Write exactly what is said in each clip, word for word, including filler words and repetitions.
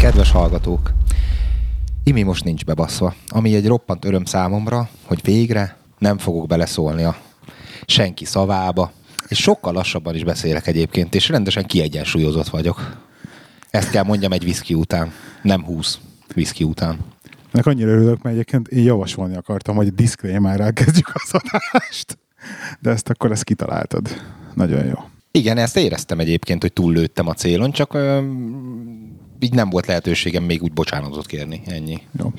Kedves hallgatók! Imi most nincs bebaszva, ami egy roppant öröm számomra, hogy végre nem fogok beleszólni a senki szavába, és sokkal lassabban is beszélek egyébként, és rendesen kiegyensúlyozott vagyok. Ezt kell mondjam egy viszki után, nem húsz viszki után. Ennek annyira örülök, mert egyébként én javasolni akartam, hogy disclaimerrel kezdjük az adást, de ezt akkor ezt kitaláltad. Nagyon jó. Igen, ezt éreztem egyébként, hogy túllőttem a célon, csak ö, így nem volt lehetőségem még úgy bocsánatot kérni. Ennyi. Jó.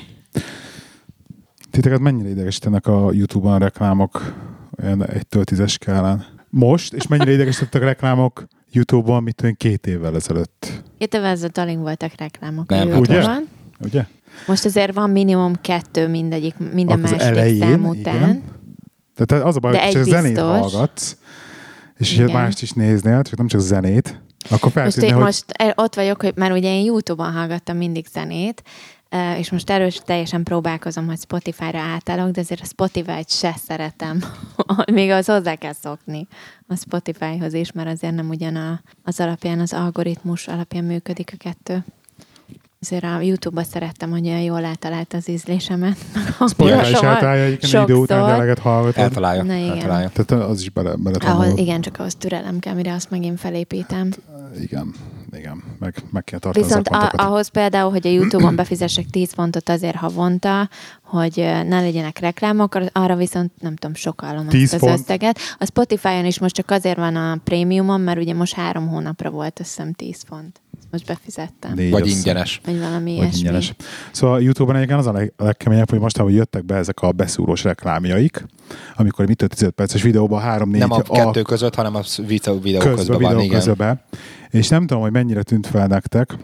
Titeket mennyire idegesítenek a YouTube-on a reklámok olyan egytől tízes skálán? Most, és mennyire idegesítettek a reklámok YouTube-on, mit tudom, két évvel ezelőtt? Két évvel ezelőtt alig voltak reklámok Nem, a Ugye? YouTube-on. Ugye? Most azért van minimum kettő mindegyik, minden Az második elején, szám után. igen. Tehát az a baj, De hogy egy csak zenét biztos. hallgatsz, és Igen. ha mást is néznél, csak nem csak zenét, akkor Most, feltűnne, én hogy... most ott vagyok, hogy már ugye én YouTube-on hallgattam mindig zenét, és most erős teljesen próbálkozom, hogy Spotify-ra átállok, de azért a Spotify-t se szeretem. Még az hozzá kell szokni a Spotify-hoz is, mert azért nem ugyan a, az alapján, az algoritmus alapján működik a kettő. Azért a YouTube-ban szerettem, hogy olyan jól eltalálta az ízlésemet. Spotify is eltalálja egyébként idő után, de eleget hallgatod. Eltalálja. Na, igen. eltalálja. Tehát az is bele, bele Ahhoz, tanul. igen, csak ahhoz türelem kell, mire azt megint felépítem. Igen, igen, meg, meg kell tartani Viszont az a, ahhoz például, hogy a YouTube-on befizessek tíz fontot azért havonta, hogy ne legyenek reklámok, arra viszont nem tudom, sokallom ezt az font. összeget. A Spotify-on is most csak azért van a prémiumon, mert ugye most három hónapra volt, azt hiszem tíz font. Most befizettem. Négy Vagy össze. ingyenes. Vagy valami Vagy ilyesmi. ingyenes. Szóval a YouTube-on egyébként az a leg, legkeményebb, hogy mostában jöttek be ezek a beszúrós reklámjaik, amikor mit tizenöt perces videóban három-négy Nem a kettő között, hanem a videó, videó közben, közben videó van, igen. közben. És nem tudom, hogy mennyire tűnt fel nektek,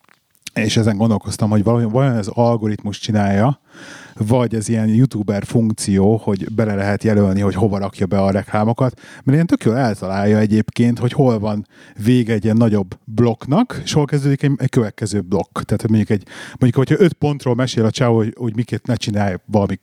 és ezen gondolkoztam, hogy vajon, vajon ez algoritmus csinálja, vagy ez ilyen youtuber funkció, hogy bele lehet jelölni, hogy hova rakja be a reklámokat, mert ilyen tök jól eltalálja egyébként, hogy hol van vége egy ilyen nagyobb blokknak, és hol kezdődik egy, egy következő blokk. Tehát hogy mondjuk, egy, mondjuk, hogyha öt pontról mesél a csávó, hogy, hogy miket ne csinálj valami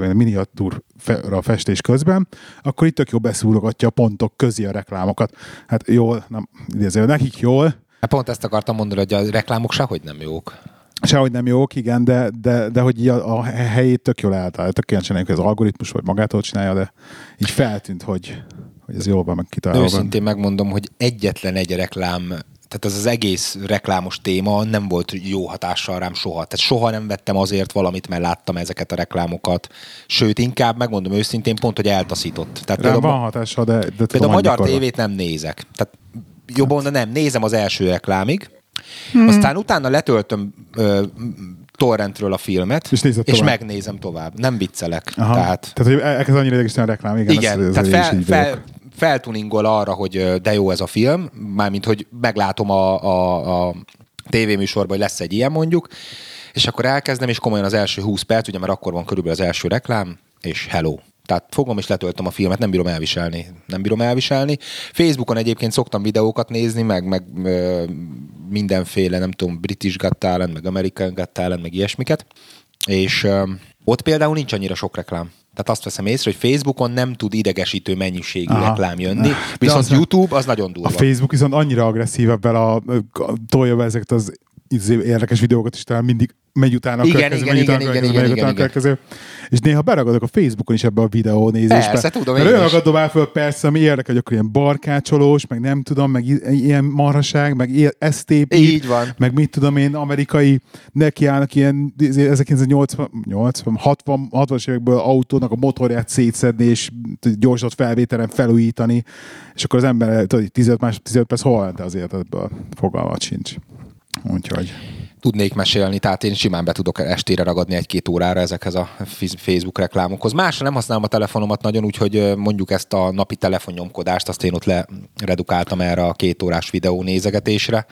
miniatúra festés közben, akkor itt tök jó beszúrogatja a pontok közé a reklámokat. Hát jól, nem idéző, nekik jól. Hát pont ezt akartam mondani, hogy a reklámok sehogy nem jók. Sehogy nem jók, igen, de, de, de hogy a, a helyét tök jól eltalálja. Tök ilyen csináljuk, hogy az algoritmus vagy magától csinálja, de így feltűnt, hogy, hogy ez jól van meg kitalálva. Őszintén megmondom, hogy egyetlen egy reklám, tehát az az egész reklámos téma nem volt jó hatással rám soha. Tehát soha nem vettem azért valamit, mert láttam ezeket a reklámokat. Sőt, inkább megmondom őszintén pont, hogy eltaszított. Tehát Rám például, van hatása, de, de tudom, például a magyar mikor. tévét nem nézek. Tehát jobban hát. nem, nézem az első reklámig, hmm. aztán utána letöltöm ö, torrentről a filmet, és, és megnézem tovább. Nem viccelek. Aha. Tehát, Tehát, hogy elkezd annyira idegesíteni a reklám. Igen, igen, ez, ez tehát fel, fel, fel, feltuningol arra, hogy de jó ez a film, mármint, hogy meglátom a, a, a tévéműsorban, hogy lesz egy ilyen mondjuk, és akkor elkezdem, és komolyan az első húsz perc, ugye, mert akkor van körülbelül az első reklám, és hello. Tehát fogom és letöltöm a filmet, nem bírom elviselni. Nem bírom elviselni. Facebookon egyébként szoktam videókat nézni, meg, meg ö, mindenféle, nem tudom, British Got Talent, meg American Got Talent, meg ilyesmiket. És ö, ott például nincs annyira sok reklám. Tehát azt veszem észre, hogy Facebookon nem tud idegesítő mennyiségű Aha. reklám jönni, viszont az YouTube az nagyon durva. A Facebook viszont annyira agresszív ebben a, tolja be ezeket az érdekes videókat is, talán mindig megy utána a Igen, következő, igen, megy igen, utána a igen, következő, igen, megy utána a igen, következő. És néha beragadok a Facebookon is ebbe a videó nézésbe. Persze, tudom, mert én olyanokat is. dobál föl persze, ami érdekel, hogy akkor ilyen barkácsolós, meg nem tudom, meg i- ilyen marhaság, meg ilyen es té pé, Így van. meg mit tudom én, amerikai, nekiállnak ilyen ezerkilencszáznyolcvan, nyolcvan, hatvan, hatvanas évekből autónak a motorját szétszedni, és gyorsított felvételen felújítani, és akkor az ember, tudod, tizenöt, más, tizenöt perc hol ment az életedből, fogalmat sincs. Úgyhogy... Tudnék mesélni, tehát én simán be tudok estére ragadni egy-két órára ezekhez a Facebook reklámokhoz. Másra nem használom a telefonomat nagyon, úgyhogy mondjuk ezt a napi telefonnyomkodást, azt én ott leredukáltam erre a két órás videó nézegetésre,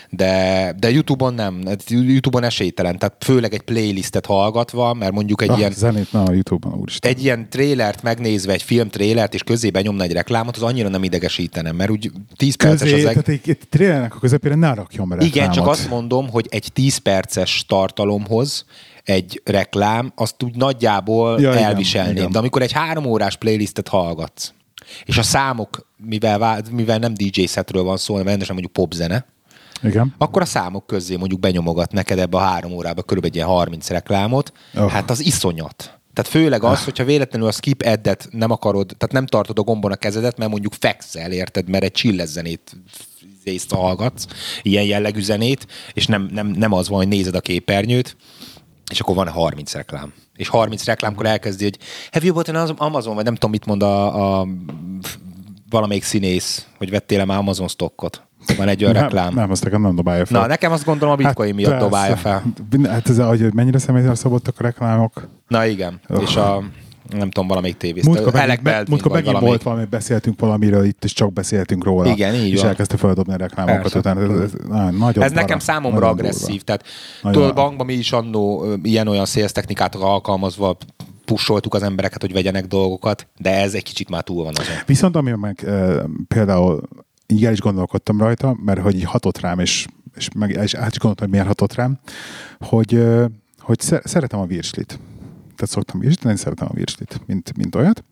de, de YouTube-on nem, YouTube-on esélytelen, tehát főleg egy playlistet hallgatva, mert mondjuk egy ah, ilyen... Zenét, na, a YouTube-on, úristen. Egy ilyen trélert megnézve, egy film trélert, és közé benyomna egy reklámot, az annyira nem idegesítenem, mert úgy tíz perces Közé, az... Eg... tehát egy, egy trélernek a közepére ne rakjon be reklámot. Igen, csak azt mondom, hogy egy tíz perces tartalomhoz egy reklám, azt úgy nagyjából ja, elviselném. igen, igen. De amikor egy három órás playlistet hallgatsz, és a számok, mivel, mivel nem dé dzsé setről van szó, hanem rendesen mondjuk popzene, Igen. akkor a számok közé mondjuk benyomogat neked ebbe a három órába körülbelül egy ilyen harminc reklámot. Oh. Hát az iszonyat. Tehát főleg az, hogyha véletlenül a skip addet nem akarod, tehát nem tartod a gombon a kezedet, mert mondjuk fekszel, érted, mert egy chill zenét észt hallgatsz, ilyen jellegű zenét, és nem, nem, nem az van, hogy nézed a képernyőt, és akkor van harminc reklám. És harminc reklámkor elkezdi, hogy have you bought an Amazon, vagy nem tudom, mit mond a, a valamelyik színész, hogy vettél már Amazon stockot. Van egy olyan nem, reklám. Nem, azt nekem nem dobálja fel. Na, nekem azt gondolom a bitcoin hát, miatt persze. dobálja fel. Hát ez, hogy mennyire személyre szabottak a reklámok. Na igen, oh. és a nem tudom, valamelyik tévészt. Múltkor megint, megint valamelyik... volt valami, beszéltünk valamiről itt, és csak beszéltünk róla. Igen, így és van. elkezdte feldobni a reklámokat. Utána. Ez, ez, ez, nagyon ez nekem számomra agresszív. Tehát tudod, bankban mi is annó ilyen-olyan sales technikát alkalmazva pusoltuk az embereket, hogy vegyenek dolgokat, de ez egy kicsit már túl van azon. Viszont ami meg e, például így el is gondolkodtam rajta, mert hogy így hatott rám, és, és, meg, és át is gondoltam, hogy miért hatott rám, hogy, e, hogy szeretem a virslit. Tehát szoktam virslit, én szeretem a virslit, mint, mint olyat.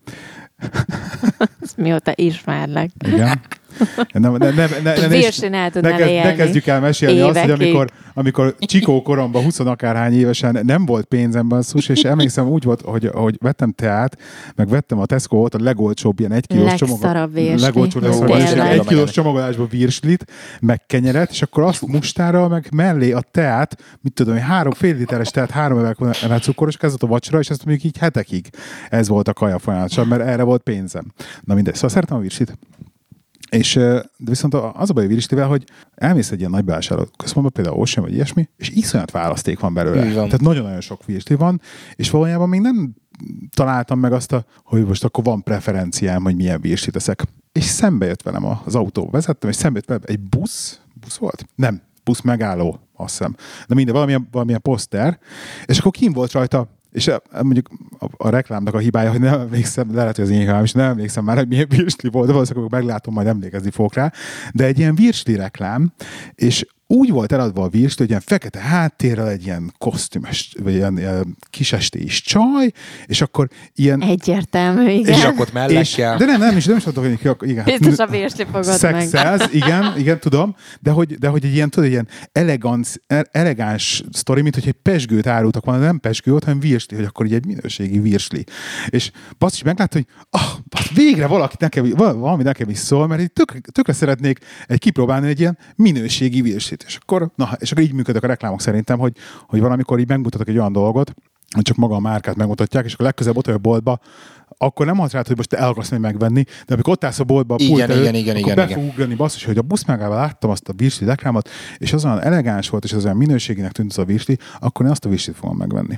Ezt mióta ismerlek. Igen. Ne, ne, ne, ne, Virsin el tudnál ne, élni. ne kezdjük el mesélni évekig. azt, hogy amikor, amikor csikó koromban, húsz akárhány évesen nem volt pénzem basszus, és emlékszem úgy volt, hogy, hogy vettem teát, meg vettem a Tesco-ot, a legolcsóbb ilyen egy kilós csomagolásból. Legolcsóbb egy kilós csomagolásból virslit, meg kenyeret, és akkor azt mustára, meg mellé a teát, mit tudom, három fél literes teát, három évvel cukoros, ez volt a vacsora, és ezt mondjuk így hetekig. Ez volt a kaja folyamatosan, mert erre volt pénzem. Na mindegy, szóval szeretem a virslit. És de viszont az a baj a virslivel, hogy elmész egy ilyen nagy bevásárlóközpontba, például Ocean vagy ilyesmi, és iszonyat választék van belőle. Tehát nagyon-nagyon sok virsli van, és valójában még nem találtam meg azt, a, hogy most akkor van preferenciám, hogy milyen virslit eszek. És szembe jött velem az autó. Vezettem, és szembe jött velem egy busz. Busz volt? Nem. Busz megálló, azt hiszem. De minden, valamilyen, valamilyen poszter. És akkor kim volt rajta. És mondjuk a, a reklámnak a hibája, hogy nem emlékszem, de lehet, hogy az én hibám is, nem emlékszem már, hogy milyen virsli volt, de valószínűleg meglátom, majd emlékezni fogok rá. De egy ilyen virsli reklám, és úgy volt eladva a virsli, hogy ilyen fekete háttérrel egy ilyen kosztümös, vagy ilyen, ilyen kisestés csaj, és akkor ilyen... Egyértelmű, igen. És akkor mellekkel. De nem, nem is, nem is mondok, hogy igen. Biztos a virsli fogod meg. Szexelsz, igen, igen, tudom, de hogy, de hogy egy ilyen, tudod, ilyen elegáns, elegáns sztori, mint hogy egy pesgőt árultak volna, nem pesgő volt, hanem virsli, hogy akkor így egy minőségi virsli. És basszus, meglátta, hogy ah, basz, végre valaki nekem, valami nekem is szól, mert így tök, tökre szeretnék egy kipróbálni egy ilyen minőségi virslit. És akkor, na, és akkor így működök a reklámok szerintem, hogy, hogy valamikor így megmutatok egy olyan dolgot, hogy csak maga a márkát megmutatják, és akkor legközelebb ott vagy a boltba, akkor nem mondhatod, hogy most te el akarsz még megvenni, de amikor ott állsz a boltba, a igen, pult előtt, igen, igen, akkor igen, be fog ugrani basszus, hogy a buszmágával láttam azt a virsli reklámot, és az olyan elegáns volt, és az olyan minőségének tűnt az a virsli, akkor én azt a virslit fogom megvenni.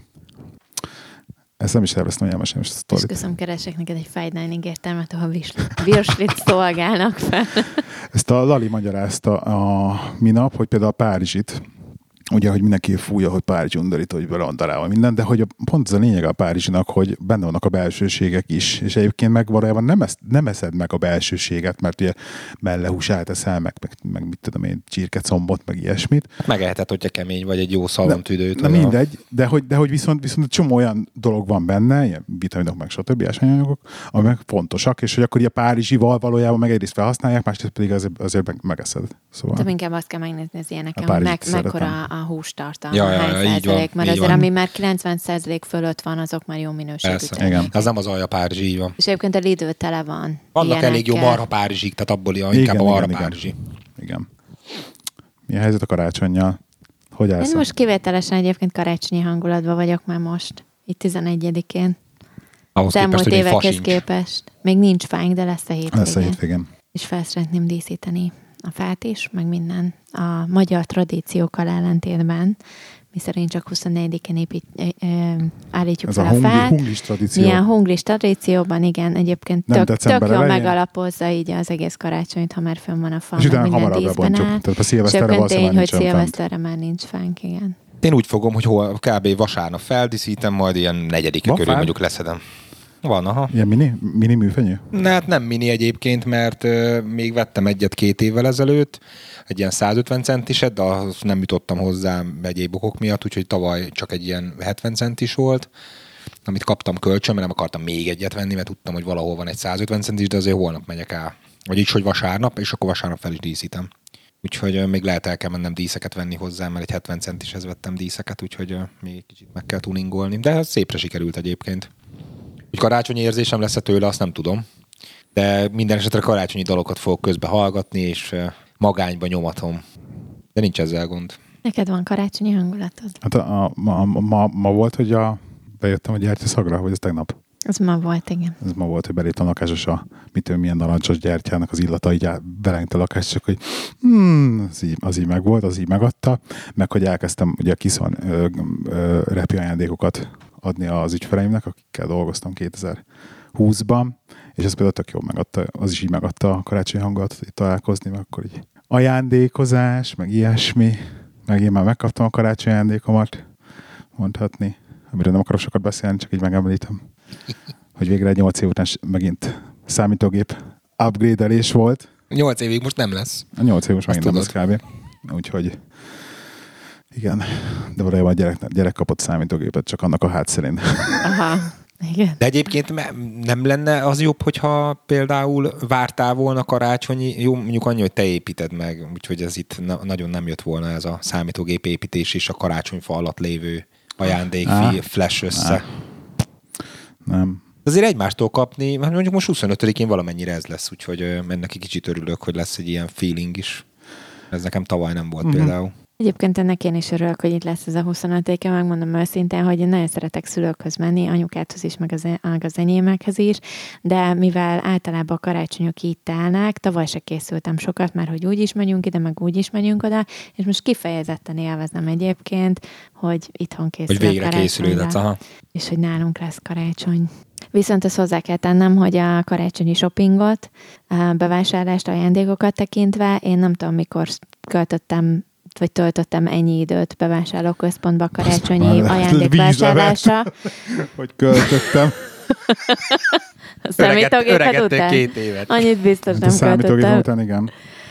Ezt nem is elvesztem, hogy elmesem is a sztorit. Köszönöm, keresek neked egy fájdányig értelmet, ahol virslit szolgálnak fel. Ezt a Lali magyarázta a minap, hogy például a Párizsit, ugye, hogy mindenki fújja, hogy Párizs undorító, hogy vele van darálva minden, de hogy a, pont ez a lényeg a Párizsinak, hogy benne vannak a belsőségek is, és egyébként meg valójában nem, esz, nem eszed meg a belsőséget, mert ugye mellehúsát eszel, meg, meg, meg mit tudom én, csirkecombot, meg ilyesmit. Megeheted, hogyha kemény vagy egy jó szalontüdőt. Na mindegy, de hogy, de hogy viszont, viszont csomó olyan dolog van benne, ilyen vitaminok, meg stb. Ásványanyagok, amik fontosak, és hogy akkor a Párizsival valójában meg egyrészt felhasználják, másrészt pedig azért, azért meg, megeszed. Szóval. De inkább azt kell megnézni az ilyeneken, hogy meg, mekkora a hústartalma, ja, ja, hány ja, százalék, van, mert azért, van. ami már kilencven százalék fölött van, azok már jó minőségű. Igen. Az nem az alja Párizsi, így van. És egyébként a Lidl tele van. Vannak ilyenekkel. elég jó marha Párizsik, tehát abból inkább igen, a marha Párizsi. Igen. igen. Mi a helyzet a karácsonnyal? Hogy állsz? Én most kivételesen egyébként karácsonyi hangulatban vagyok már most, itt tizenegyedikén. Ahhoz az elmúlt képest, évekhez képest. Még nincs fánk, de lesz a hétvégén. Lesz a hétvégén. És fel szeretném díszíteni a fát is, meg minden. A magyar tradíciókkal ellentétben, miszerint csak huszonnegyedikén épít, ö, ö, állítjuk ez fel a, a, hungli, fát. hunglis tradíció. Milyen hunglis tradícióban, igen, egyébként Nem tök, tök jól elején. Megalapozza így az egész karácsonyt, ha már fönn van a fa, és utána minden hamarabb díszben áll. Tehát a És szilveszterre egyébként tény, hogy nincsen szilveszterre már nincs fánk, igen. Én úgy fogom, hogy hol, kb. Vasárnap feldíszítem, majd ilyen negyedike Van körül fád? mondjuk leszedem. Van, aha. Ilyen mini, mini műfenyő? Ne, hát nem mini egyébként, mert euh, még vettem egyet két évvel ezelőtt, egy ilyen százötven centiset, de azt nem jutottam hozzá egyéb okok miatt, úgyhogy tavaly csak egy ilyen hetven centis volt, amit kaptam kölcsön, mert nem akartam még egyet venni, mert tudtam, hogy valahol van egy százötven centis, de azért holnap megyek el. Vagy így, hogy vasárnap, és akkor vasárnap fel is díszítem. úgyhogy még lehet el kell mennem díszeket venni hozzá, mert egy hetven centishez vettem díszeket, úgyhogy még egy kicsit meg kell tuningolni. De ez szépre sikerült egyébként. Úgy karácsonyi érzésem lesz tőle, azt nem tudom. De minden esetre karácsonyi dalokat fogok közbe hallgatni, és magányba nyomatom. De nincs ezzel gond. Neked van karácsonyi hangulatod? Hát a, a, ma, ma, ma volt, hogy a, bejöttem a gyertyaszagra, vagy ez tegnap? Ez ma volt, igen. Ez ma volt, hogy beléptem a lakásos a mitől milyen narancsos gyertyának az illata, így belengte a lakás, csak hogy hmm, az, így, az így megvolt, az így megadta, meg hogy elkezdtem ugye kiszon ö, ö, repi ajándékokat adni az ügyfeleimnek, akikkel dolgoztam kétezer-húszban, és ez például tök jól megadta, az is így megadta a karácsonyi hangot itt találkozni, mert akkor így ajándékozás, meg ilyesmi, meg én már megkaptam a karácsonyi ajándékomat, mondhatni, amiről nem akarok sokat beszélni, csak így megemlítem, hogy végre egy nyolc év után megint számítógép upgrade-elés volt. Nyolc évig most nem lesz. A nyolc év most megint nem lesz kb. Úgyhogy igen, de valójában a gyerek, gyerek kapott számítógépet, csak annak a hátszerén. Aha, igen. De egyébként nem lenne az jobb, hogyha például vártál volna karácsonyi, jó, mondjuk annyi, hogy te építed meg, úgyhogy ez itt na- nagyon nem jött volna ez a számítógép építés és a karácsonyfa alatt lévő ajándék, ah, flash össze. Ah. Nem. Azért egymástól kapni, mert mondjuk most huszonötödikén valamennyire ez lesz, úgyhogy ennek egy kicsit örülök, hogy lesz egy ilyen feeling is. Ez nekem tavaly nem volt uh-huh. például. Egyébként ennek én is örülök, hogy itt lesz ez a huszonötödike, megmondom őszintén, hogy én nagyon szeretek szülőkhöz menni, anyukáthoz is, meg az, meg az enyémekhez is, de mivel általában a karácsonyok így telnek, tavaly se készültem sokat, mert hogy úgy is megyünk ide, meg úgy is megyünk oda, és most kifejezetten élvezem egyébként, hogy itthon készül hogy végre készülődött, aha. És hogy nálunk lesz karácsony. Viszont ezt hozzá kell tennem, hogy a karácsonyi shoppingot, a bevásárlást, ajándékokat tekintve, én nem tudom, mikor költöttem vagy töltöttem ennyi időt bevásárlóközpontba karácsonyi ajándékvásárlásra. Hogy költöttem. Számítógépet után? Két évet. Annyit biztos nem költöttem. Után, igen.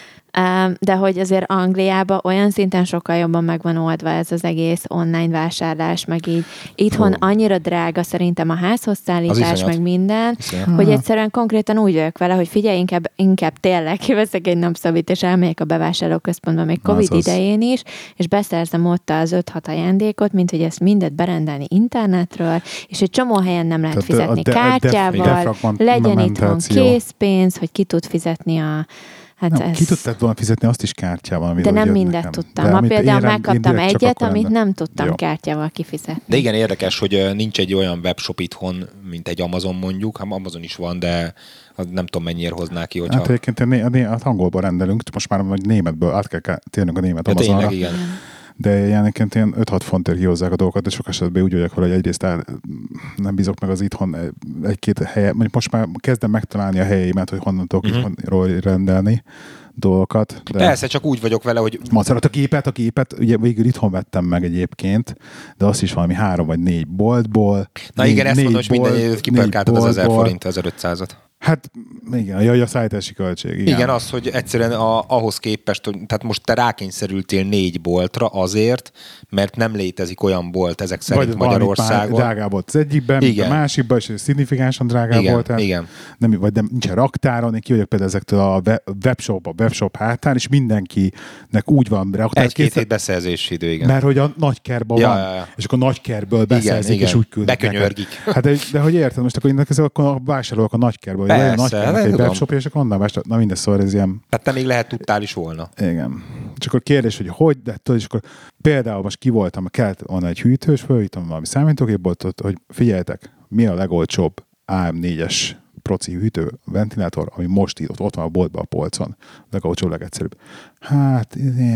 De hogy azért Angliában olyan szinten sokkal jobban meg van oldva ez az egész online vásárlás, meg így itthon oh. annyira drága szerintem a házhoz szállítás, meg minden, Iszonyat. Hogy egyszerűen konkrétan úgy vagyok vele, hogy figyelj, inkább, inkább tényleg kiveszek egy napszabit, és elmegyek a bevásárlóközpontba még Covid az idején is, és beszerzem ott az öt-hat ajándékot, mint hogy ezt mindet berendelni internetről, és egy csomó helyen nem lehet Tehát fizetni de, kártyával, def, def, legyen itthon készpénz, hogy ki tud fizetni a Hát nem, ez... Ki tudtad volna fizetni azt is kártyával? De nem mindet nekem. tudtam. Ma például megkaptam egyet, amit nem tudtam Jó. kártyával kifizetni. De igen, érdekes, hogy nincs egy olyan webshop itthon, mint egy Amazon mondjuk. Hát Amazon is van, de nem tudom mennyire hozná ki, hogyha... Hát egyébként a, né- a, né- a angolból rendelünk, most már németből át kell térnünk a német ja, Amazonra. Tényleg, igen. De ilyenként ilyen öt-hat fontért kihozzák a dolgokat, de sok esetben úgy vagyok, hogy egyrészt el, nem bízok meg az itthon egy-két helye, most már kezdem megtalálni a helyeimet, hogy honnan tudok uh-huh. itthonról rendelni dolgokat. De persze, csak úgy vagyok vele, hogy... Macerat a gépet, a gépet ugye végül itthon vettem meg egyébként, de azt is valami három vagy négy boltból. Na négy, igen, ezt mondom, hogy minden időt kipörkáltad az ezer forint, ezerötszázat. Hát igen, jaj, a szállítási költség. Igen. igen, az, hogy egyszerűen a, ahhoz képest, hogy, tehát most te rákényszerültél négy boltra azért, mert nem létezik olyan bolt ezek szerint vagy Magyarországon. Vagy drágább volt az egyikben, igen. a másikban, és szignifikánsan drágább igen, volt. Igen, nem, vagy nem, nincs a raktáron, én ki vagyok például ezektől a webshop, a webshop hátán, és mindenkinek úgy van raktár. Egy-két hét beszerzési idő, igen. Mert hogy a nagykertben ja, van, ja, ja. és akkor a nagykerből beszerzik, igen, és úgy küldik. Bekönyörgik. Hát de, de hogy érted, most akkor innen akkor a vásárolók a nagykerből, hogy legyen nagykernek egy webshop, és akkor onnan vásárolok. Na mindez szóval ez ilyen... Tehát te még lehet tudtál is volna. Igen. És akkor kérdés, hogy hogy, de tudod, és akkor például most ki voltam, kellett volna egy hűtős, fölhívtam valami számítógépboltot, hogy figyeljetek, mi a legolcsóbb á em négyes proci hűtő ventilátor, ami most itt ott van a boltban a polcon. Legolcsóbb, legegyszerűbb. Hát,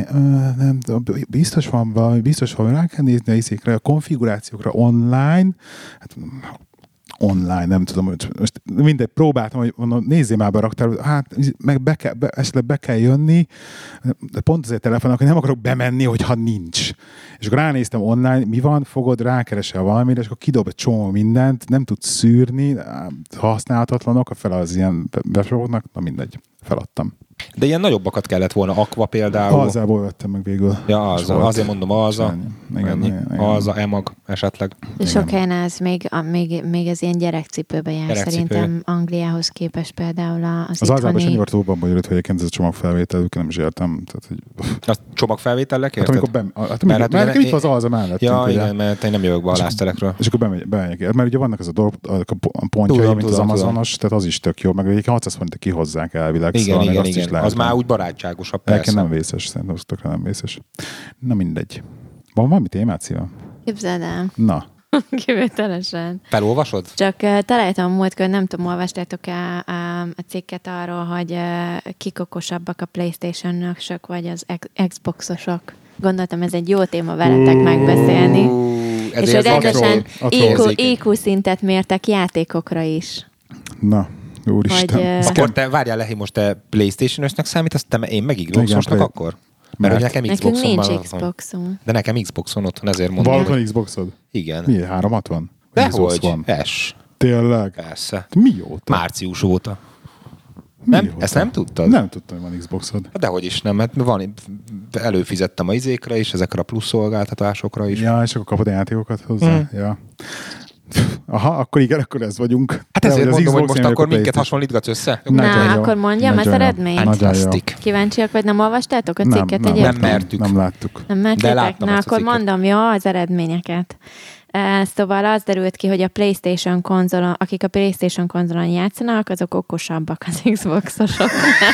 nem tudom, biztos van valami, biztos van, rá kell nézni a iszékre, a konfigurációkra online. Hát, online, nem tudom, hogy most mindegy, próbáltam, hogy mondom, nézzél már be a raktárba, hát meg be kell, be, esetleg be kell jönni, de pont azért telefonálok, hogy nem akarok bemenni, hogyha nincs. És akkor ránéztem online, mi van, fogod, rákeresel valamire, és akkor kidob egy csomó mindent, nem tudsz szűrni, használhatatlanok, a fel az ilyen webshopoknak, na mindegy, feladtam. De ilyen nagyobbakat kellett volna, Aqua például. Alzából vettem meg végül. Ja, az, azért mondom, Alza, igen, igen, igen. Alza, Emag esetleg. De sok helyen ez még, a, még, még ez ilyen gyerekcipőbe jár. Gyerekcipő. Szerintem Angliához képest például az, az Alzában sem itthoni... nyilván túlban bonyolult, hogy egyébként ez a csomagfelvételük, nem is értem. Tehát, hogy... A csomagfelvétellek, Hát érted? amikor be, hát, Mert mert, hát mert ugye- itt van az Alza mellett. Ja, igen, mert én nem jövök be a lászterekről. És akkor bemegy, bemegyek. Mert ugye vannak az a, dolog, a pontjai, Tudom, mint tudom, az Amazonos, tehát az is tök jó, meg egyébként hatszáz forintra kihozzák elvileg. Igen, szóval meg igen, azt is igen. lehet. Az már úgy barátságosabb, Egyébként persze. nem vészes, szerintem az tökre nem vészes. Na mindegy. Van valami témát szívem? Képzeld el. Na. Kivételesen. Felolvasod? Csak uh, találtam múltkor, nem tudom, olvastátok-e a, a cikket arról, hogy uh, kik okosabbak a PlayStation-ösök, vagy az ex- Xboxosok. Gondoltam, ez egy jó téma veletek megbeszélni. És hogy rendesen a I Q, troll. I Q szintet mértek játékokra is. Na, úristen. Vagy, Azt Akkor te, várjál Lehi, most te PlayStation-ösnek számítasz, te én meg Xboxosnak Igen, akkor? Mert hogy Mert- nekem Nekünk Xboxon nincs van. Xboxunk. De nekem Xboxon otthon, ezért mondom. van hogy- otthon Xboxod? Igen. Mi? háromszázhatvan? Vagy Xbox Dehogy? van? S. Tényleg? Persze. Mióta? Március óta. Nem? Mióta? Ezt nem tudtad? Nem tudtam, hogy van Xboxod. Dehogy is nem, mert van, előfizettem a izékre is, ezekre a plusz szolgáltatásokra is. Ja, és akkor kapod a játékokat hozzá? Mm. Ja. Aha, akkor igen, akkor ez vagyunk. Hát Te ezért vagy az mondom, hogy Xbox, most én vagyok akkor a minket PlayStation. hasonlítgatsz össze? Nagyon Na, jó. akkor mondjam az Nagyon jó. eredményt. Nagyon jó. Fantasztik. Kíváncsiak, vagy nem olvastátok a Nem, cikket nem, egyébként? Nem mertük. Nem láttuk. Nem De mertétek? láttam Na, ezt a akkor cikket. mondom, jó, az eredményeket. Eh, Szóval az derült ki, hogy a PlayStation konzolon, akik a PlayStation konzolon játszanak, azok okosabbak az Xboxosok.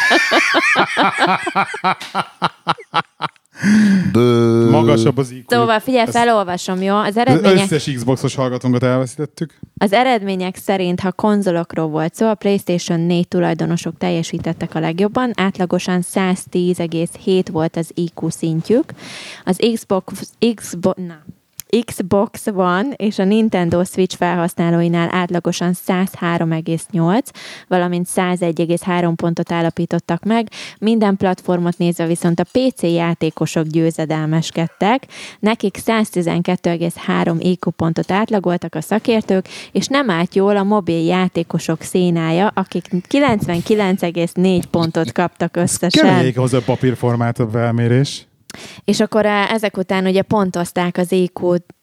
Bő. Magasabb az í kú. Szóval figyelj, Ez- felolvasom, jó? Az Az eredmények, összes Xboxos hallgatónkat elveszítettük. az eredmények szerint, ha konzolokról volt szó, a PlayStation négy tulajdonosok teljesítettek a legjobban, átlagosan száz tíz egész hét volt az I Q szintjük. Az Xbox, Xbox, na, Xbox One és a Nintendo Switch felhasználóinál átlagosan száz három egész nyolc, valamint száz egy egész három pontot állapítottak meg. Minden platformot nézve viszont a pé cé játékosok győzedelmeskedtek. Nekik száz tizenkettő egész három I Q pontot átlagoltak a szakértők, és nem állt jól a mobil játékosok szénája, akik kilencvenkilenc egész négy pontot kaptak összesen. Keverék hozzá a papírformát a felmérés. És akkor eh, ezek után ugye pontozták az I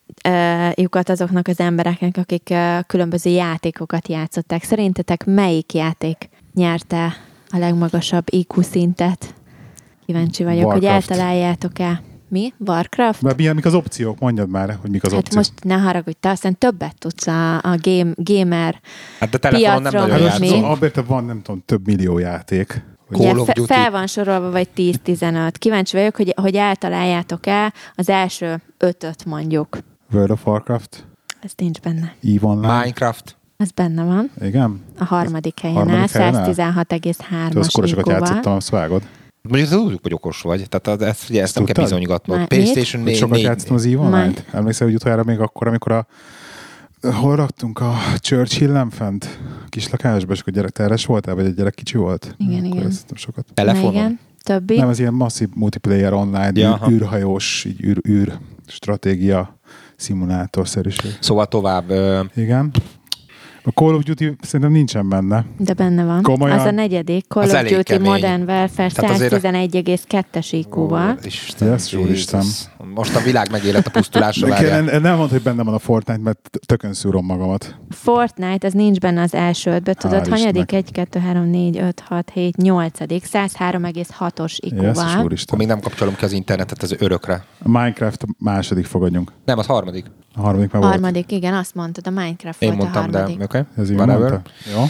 Q-jukat azoknak az embereknek, akik eh, különböző játékokat játszották. Szerintetek melyik játék nyerte a legmagasabb I Q szintet? Kíváncsi vagyok, Warcraft. hogy eltaláljátok-e. Mi? Warcraft? Mert milyen, mik az opciók? Mondjad már, hogy mik az Hát opciók. most ne haragudj, te aztán többet tudsz a, a game, gamer. Hát de telefonon nem piacról nagyon Hát most mi? játszom. abban van, nem tudom, több millió játék. Ugye Call of fe, Duty. fel van sorolva, vagy tíz-tizenöt. Kíváncsi vagyok, hogy, hogy eltaláljátok-e az első ötöt mondjuk. World of Warcraft, Ez nincs benne. EVE Online. Minecraft. Az benne van. Igen? A harmadik helyen áll, Harmadik helyen áll? száz tizenhat egész Te az hármas korosokat I Q-val. játszottam, azt vágod? Mondjuk tudjuk, hogy okos vagy. Tehát ezt, ugye, ezt nem kell tudtad? bizonygatnod. Már PlayStation Hogy négy, sokat négy, játszottam az EVE Online-t? Emlékszel, hogy utoljára még akkor, amikor a hol raktunk a Churchill-en fent? Kis lakásba, és akkor gyerek terhes voltál, vagy egy gyerek kicsi volt? Igen, akkor igen. játszottam sokat. Na telefonon. igen. Többi? Nem, ez ilyen masszív multiplayer online, Ja, űr, aha. űrhajós, így űr, űr stratégia szimulátorszerűség. Szóval tovább. ö, Igen. A Call of Duty szerintem nincsen benne. De benne van. Komolyan? Az a negyedik. Call Az of elég Duty kemény. Modern Warfare Tehát azért- száz tizenegy egész kettes I Q-val. Isten, Yes, úristen. Jézus. Most a világ megélet a pusztulásra várja. Nem, nem mondd, hogy benne van a Fortnite, mert tökön szúrom magamat. Fortnite, az nincs benne az első ötbe. Tudod, Hál' hanyadik? Istennek. egy, kettő, három, négy, öt, hat, hét, nyolcadik. száz három egész hatos I Jézus Q-val. Akkor úristen. még nem kapcsolom ki az internetet az örökre. A Minecraft a második fogadjunk. Nem, az harmadik. A harmadik már volt. Harmadik, igen, azt mondtad, a Minecraft Én volt a mondtam, de harmadik. oké. Okay. Ez így Whatever. mondta? Jó.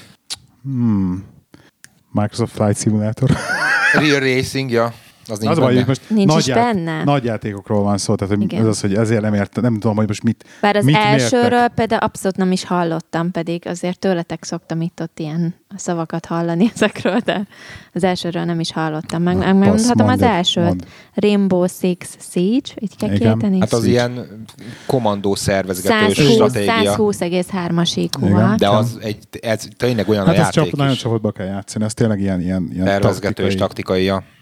Hmm. Microsoft Flight Simulator. Real Racing, ja. Az nincs Az a baj, hogy benne. most Nincs nagy, is benne? nagy játékokról van szó, tehát hogy Igen. ez az, hogy ezért nem értem, nem tudom, hogy most mit, Bár az mit elsőről mértek. például abszolút nem is hallottam, pedig azért tőletek szoktam itt-ott ilyen szavakat hallani ezekről, de az elsőről nem is hallottam. Meg, meg megmondhatom az mondd, elsőt. mondd. Rainbow Six Siege, így kell Igen. kiejteni. Hát az Switch. ilyen kommandó szervezgetős százhúsz stratégia. százhúsz egész hármas I Q-val. Igen. De az egy, ez tényleg olyan Hát a ez csap, játék nagyon is. csapatba kell játszani, ez tényleg ilyen, ilyen, ilyen Tervezgetős, taktikai. taktikai. Ja.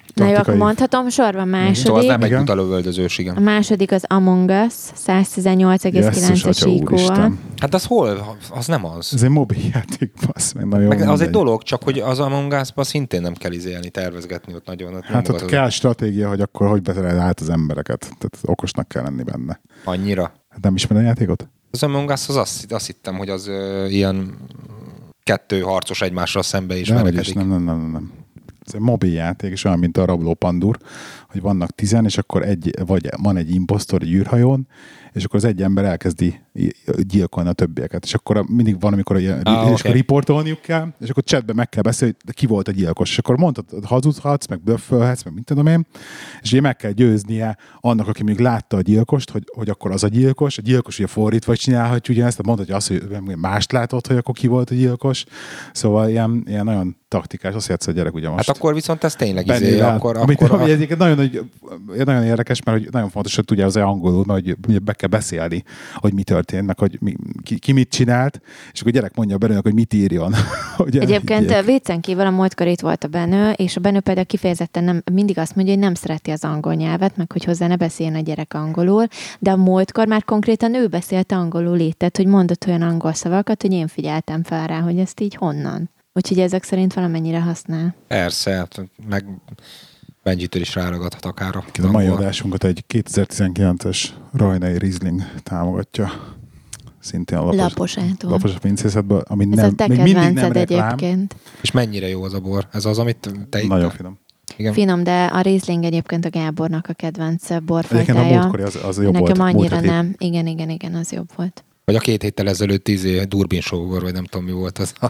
Na jó, akkor mondhatom sorban második. Szóval az nem egy buta lövöldözős, igen. A második az Among Us, száztizennyolc egész kilences í kú-val. Hát az hol? Az nem az. Ez egy mobil játék, bassz, meg nagyon meg az egy dolog, csak hogy az Among Us-ban szintén nem kell izélni, tervezgetni ott nagyon. Ott hát ott kell stratégia, hogy akkor hogy beteled át az embereket. Tehát okosnak kell lenni benne. Annyira? Hát nem ismered a játékot? Az Among Us, az azt, azt hittem, hogy az ö, ilyen kettő harcos egymással szembe is verekedik. Nem, nem, nem, nem, nem. Ez egy mobil játék, és olyan, mint a Rabló Pandur, hogy vannak tizen, és akkor egy, vagy van egy imposztor egy űrhajón, és akkor az egy ember elkezdi gyilkolni a többieket. És akkor mindig van, amikor ah, és okay. akkor riportolniuk kell, és akkor chatben meg kell beszélni, hogy ki volt a gyilkos. És akkor mondhatod, hazudhatsz, meg blöffölhetsz, meg mit tudom én, és ugye meg kell győznie annak, aki még látta a gyilkost, hogy, hogy akkor az a gyilkos, a gyilkos ugye fordítva csinálhatja ugyanezt, tehát mondhatja azt, hogy mást látott, hogy akkor ki volt a gyilkos. Szóval ilyen, ilyen nagyon taktikás, azt játsz a gyerek ugye most. Hát akkor viszont ez tényleg izé, akkor... Amit, akkor ami a... nagyon, hogy, nagyon érdekes, mert hogy nagyon fontos, hogy tudja az angolul, mert hogy be kell beszélni, hogy mi történt, meg hogy mi, ki, ki mit csinált, és akkor a gyerek mondja a Benőnek, hogy mit írjon. Egyébként viccen kívül a múltkor itt volt a Benő, és a Benő például kifejezetten nem, mindig azt mondja, hogy nem szereti az angol nyelvet, meg hogy hozzá ne beszéljen a gyerek angolul, de a múltkor már konkrétan ő beszélt angolul itt, tehát hogy mondott olyan angol szavakat, hogy én figyeltem fel rá, hogy ezt így honnan. Úgyhogy ezek szerint valamennyire használ. Persze, meg Benjitől is ráragadhat akár. A mai adásunkat egy kétezer-tizenkilences Rajnai Riesling támogatja. Szintén a lapos, lapos a pincészetből, ami ez nem, a te még mindig nem reklám. Egyébként. És mennyire jó az a bor? Ez az, amit te itt... Nagyon finom. Igen. Finom, de a Riesling egyébként a Gábornak a kedvenc borfajtája. Egyébként a múltkori az, az jobb Nekem volt. Nekem annyira nem. Igen, igen, igen, az jobb volt. Vagy a két héttel ezelőtt tíz Durbin Sógor, vagy nem tudom mi volt az a,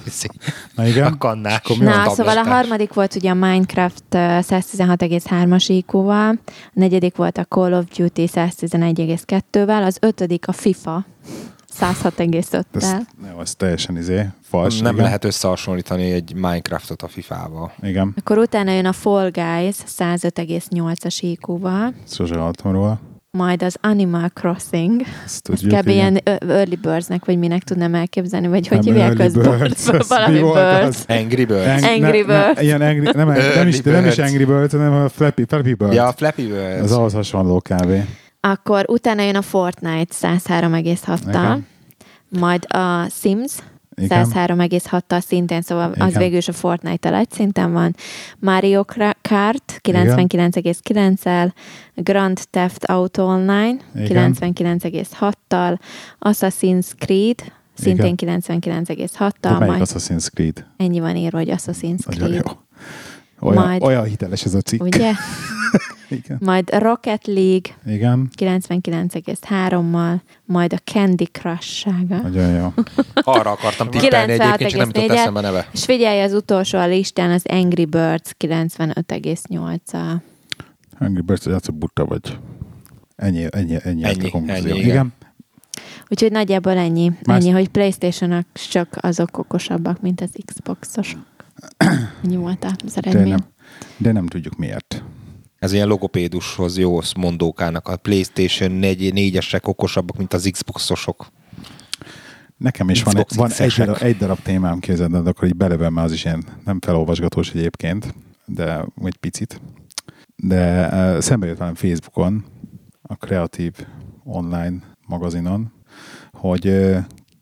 Na igen. a kannás. Na, szóval a harmadik volt ugye a Minecraft száztizenhat egész hármas í kú-val, a negyedik volt a Call of Duty száztizenegy egész kettővel, az ötödik a FIFA száz hat egész öttel. Nem, ez teljesen izé, fals. Nem igen. lehet összehasonlítani egy Minecraftot a fifával. Igen. Akkor utána jön a Fall Guys száz öt egész nyolcas í kú-val. Sose hallottam róla. Majd az Animal Crossing. Ezt kb. Ilyen Early Birds-nek, vagy minek tudnám elképzelni, vagy hogy hívják az Birds, valami Birds. Angry Birds. Ang- Angry ne, Birds. Ne, ilyen angry, nem, nem, is, nem is Angry Birds, hanem a Flappy, Flappy Birds. Ja, a Flappy Birds. Az ahhoz hasonló kávé. Akkor utána jön a Fortnite száz három egész hattal. Majd a Sims száz három egész hattal szintén, szóval igen. Az végül is a Fortnite-tal egy szinten van. Mario Kart kilencvenkilenc egész kilenccel, Grand Theft Auto Online igen. kilencvenkilenc egész hattal, Assassin's Creed szintén igen. kilencvenkilenc egész hattal. Melyik Assassin's Creed? Ennyi van írva, hogy Assassin's Creed. Jó. Olyan, majd, olyan hiteles ez a cikk. Ugye? Igen. Majd Rocket League igen. kilencvenkilenc egész hárommal, majd a Candy Crush-sága. Nagyon jó. Arra akartam tippelni egyébként, csak nem tudott eszembe neve. És figyelj, az utolsó a listán az Angry Birds kilencvenöt egész nyolccal. Angry Birds, hogy a butta vagy. Ennyi, ennyi, ennyi. Ennyi, ennyi igen. igen. Úgyhogy nagyjából ennyi. Más... Ennyi, hogy PlayStation-ok csak azok okosabbak, mint az Xbox-osok. Ennyi volt az eredmény. De nem, de nem tudjuk miért. Ez ilyen logopédushoz jó mondókának. A PlayStation négyesek okosabbak, mint az Xbox-osok. Nekem is Xbox van, van egy, darab, egy darab témám képzeld, de akkor így belevem, mert az is ilyen nem felolvasgatós egyébként, de egy picit. De uh, szembe jött velem Facebookon, a Kreatív Online magazinon, hogy uh,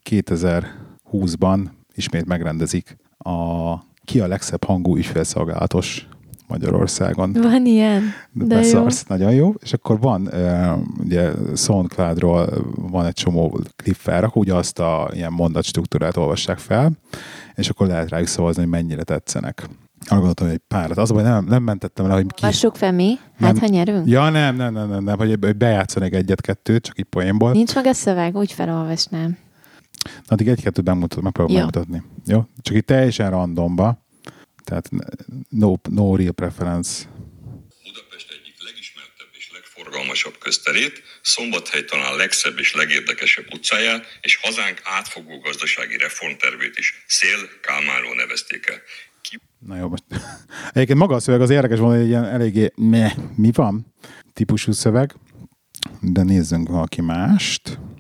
kétezer-húszban ismét megrendezik a ki a legszebb hangú ügyfélszolgálatos Magyarországon. Van ilyen, de beszarsz, jó. Nagyon jó. És akkor van, uh, ugye SoundCloudról van egy csomó klip felrakó, ugye azt a ilyen mondatstruktúrát olvassák fel, és akkor lehet rájuk szavazni, hogy mennyire tetszenek. Arra gondoltam, hogy egy párat. Az, hogy nem, nem mentettem le, hogy ki... Vassuk fel mi? Hát, ha nyerünk? Ja, nem, nem, nem, nem, nem hogy bejátszanék egyet-kettőt, csak így poénból. Nincs meg a szöveg, úgy felolvasnám. Addig egy-kettőt bemutat, megpróbálom megmutatni. Jó? Csak itt teljesen randomba. Tehát no, no real preference. Budapest egyik legismertebb és legforgalmasabb közterét, Szombathely talán legszebb és legérdekesebb utcáját, és hazánk átfogó gazdasági reformtervét is Szél Kálmánról nevezték el. Ki... Na jó, most. Egyébként maga a szöveg az érdekes volna, hogy egy ilyen eléggé meh, mi van típusú szöveg, de nézzünk valaki mást.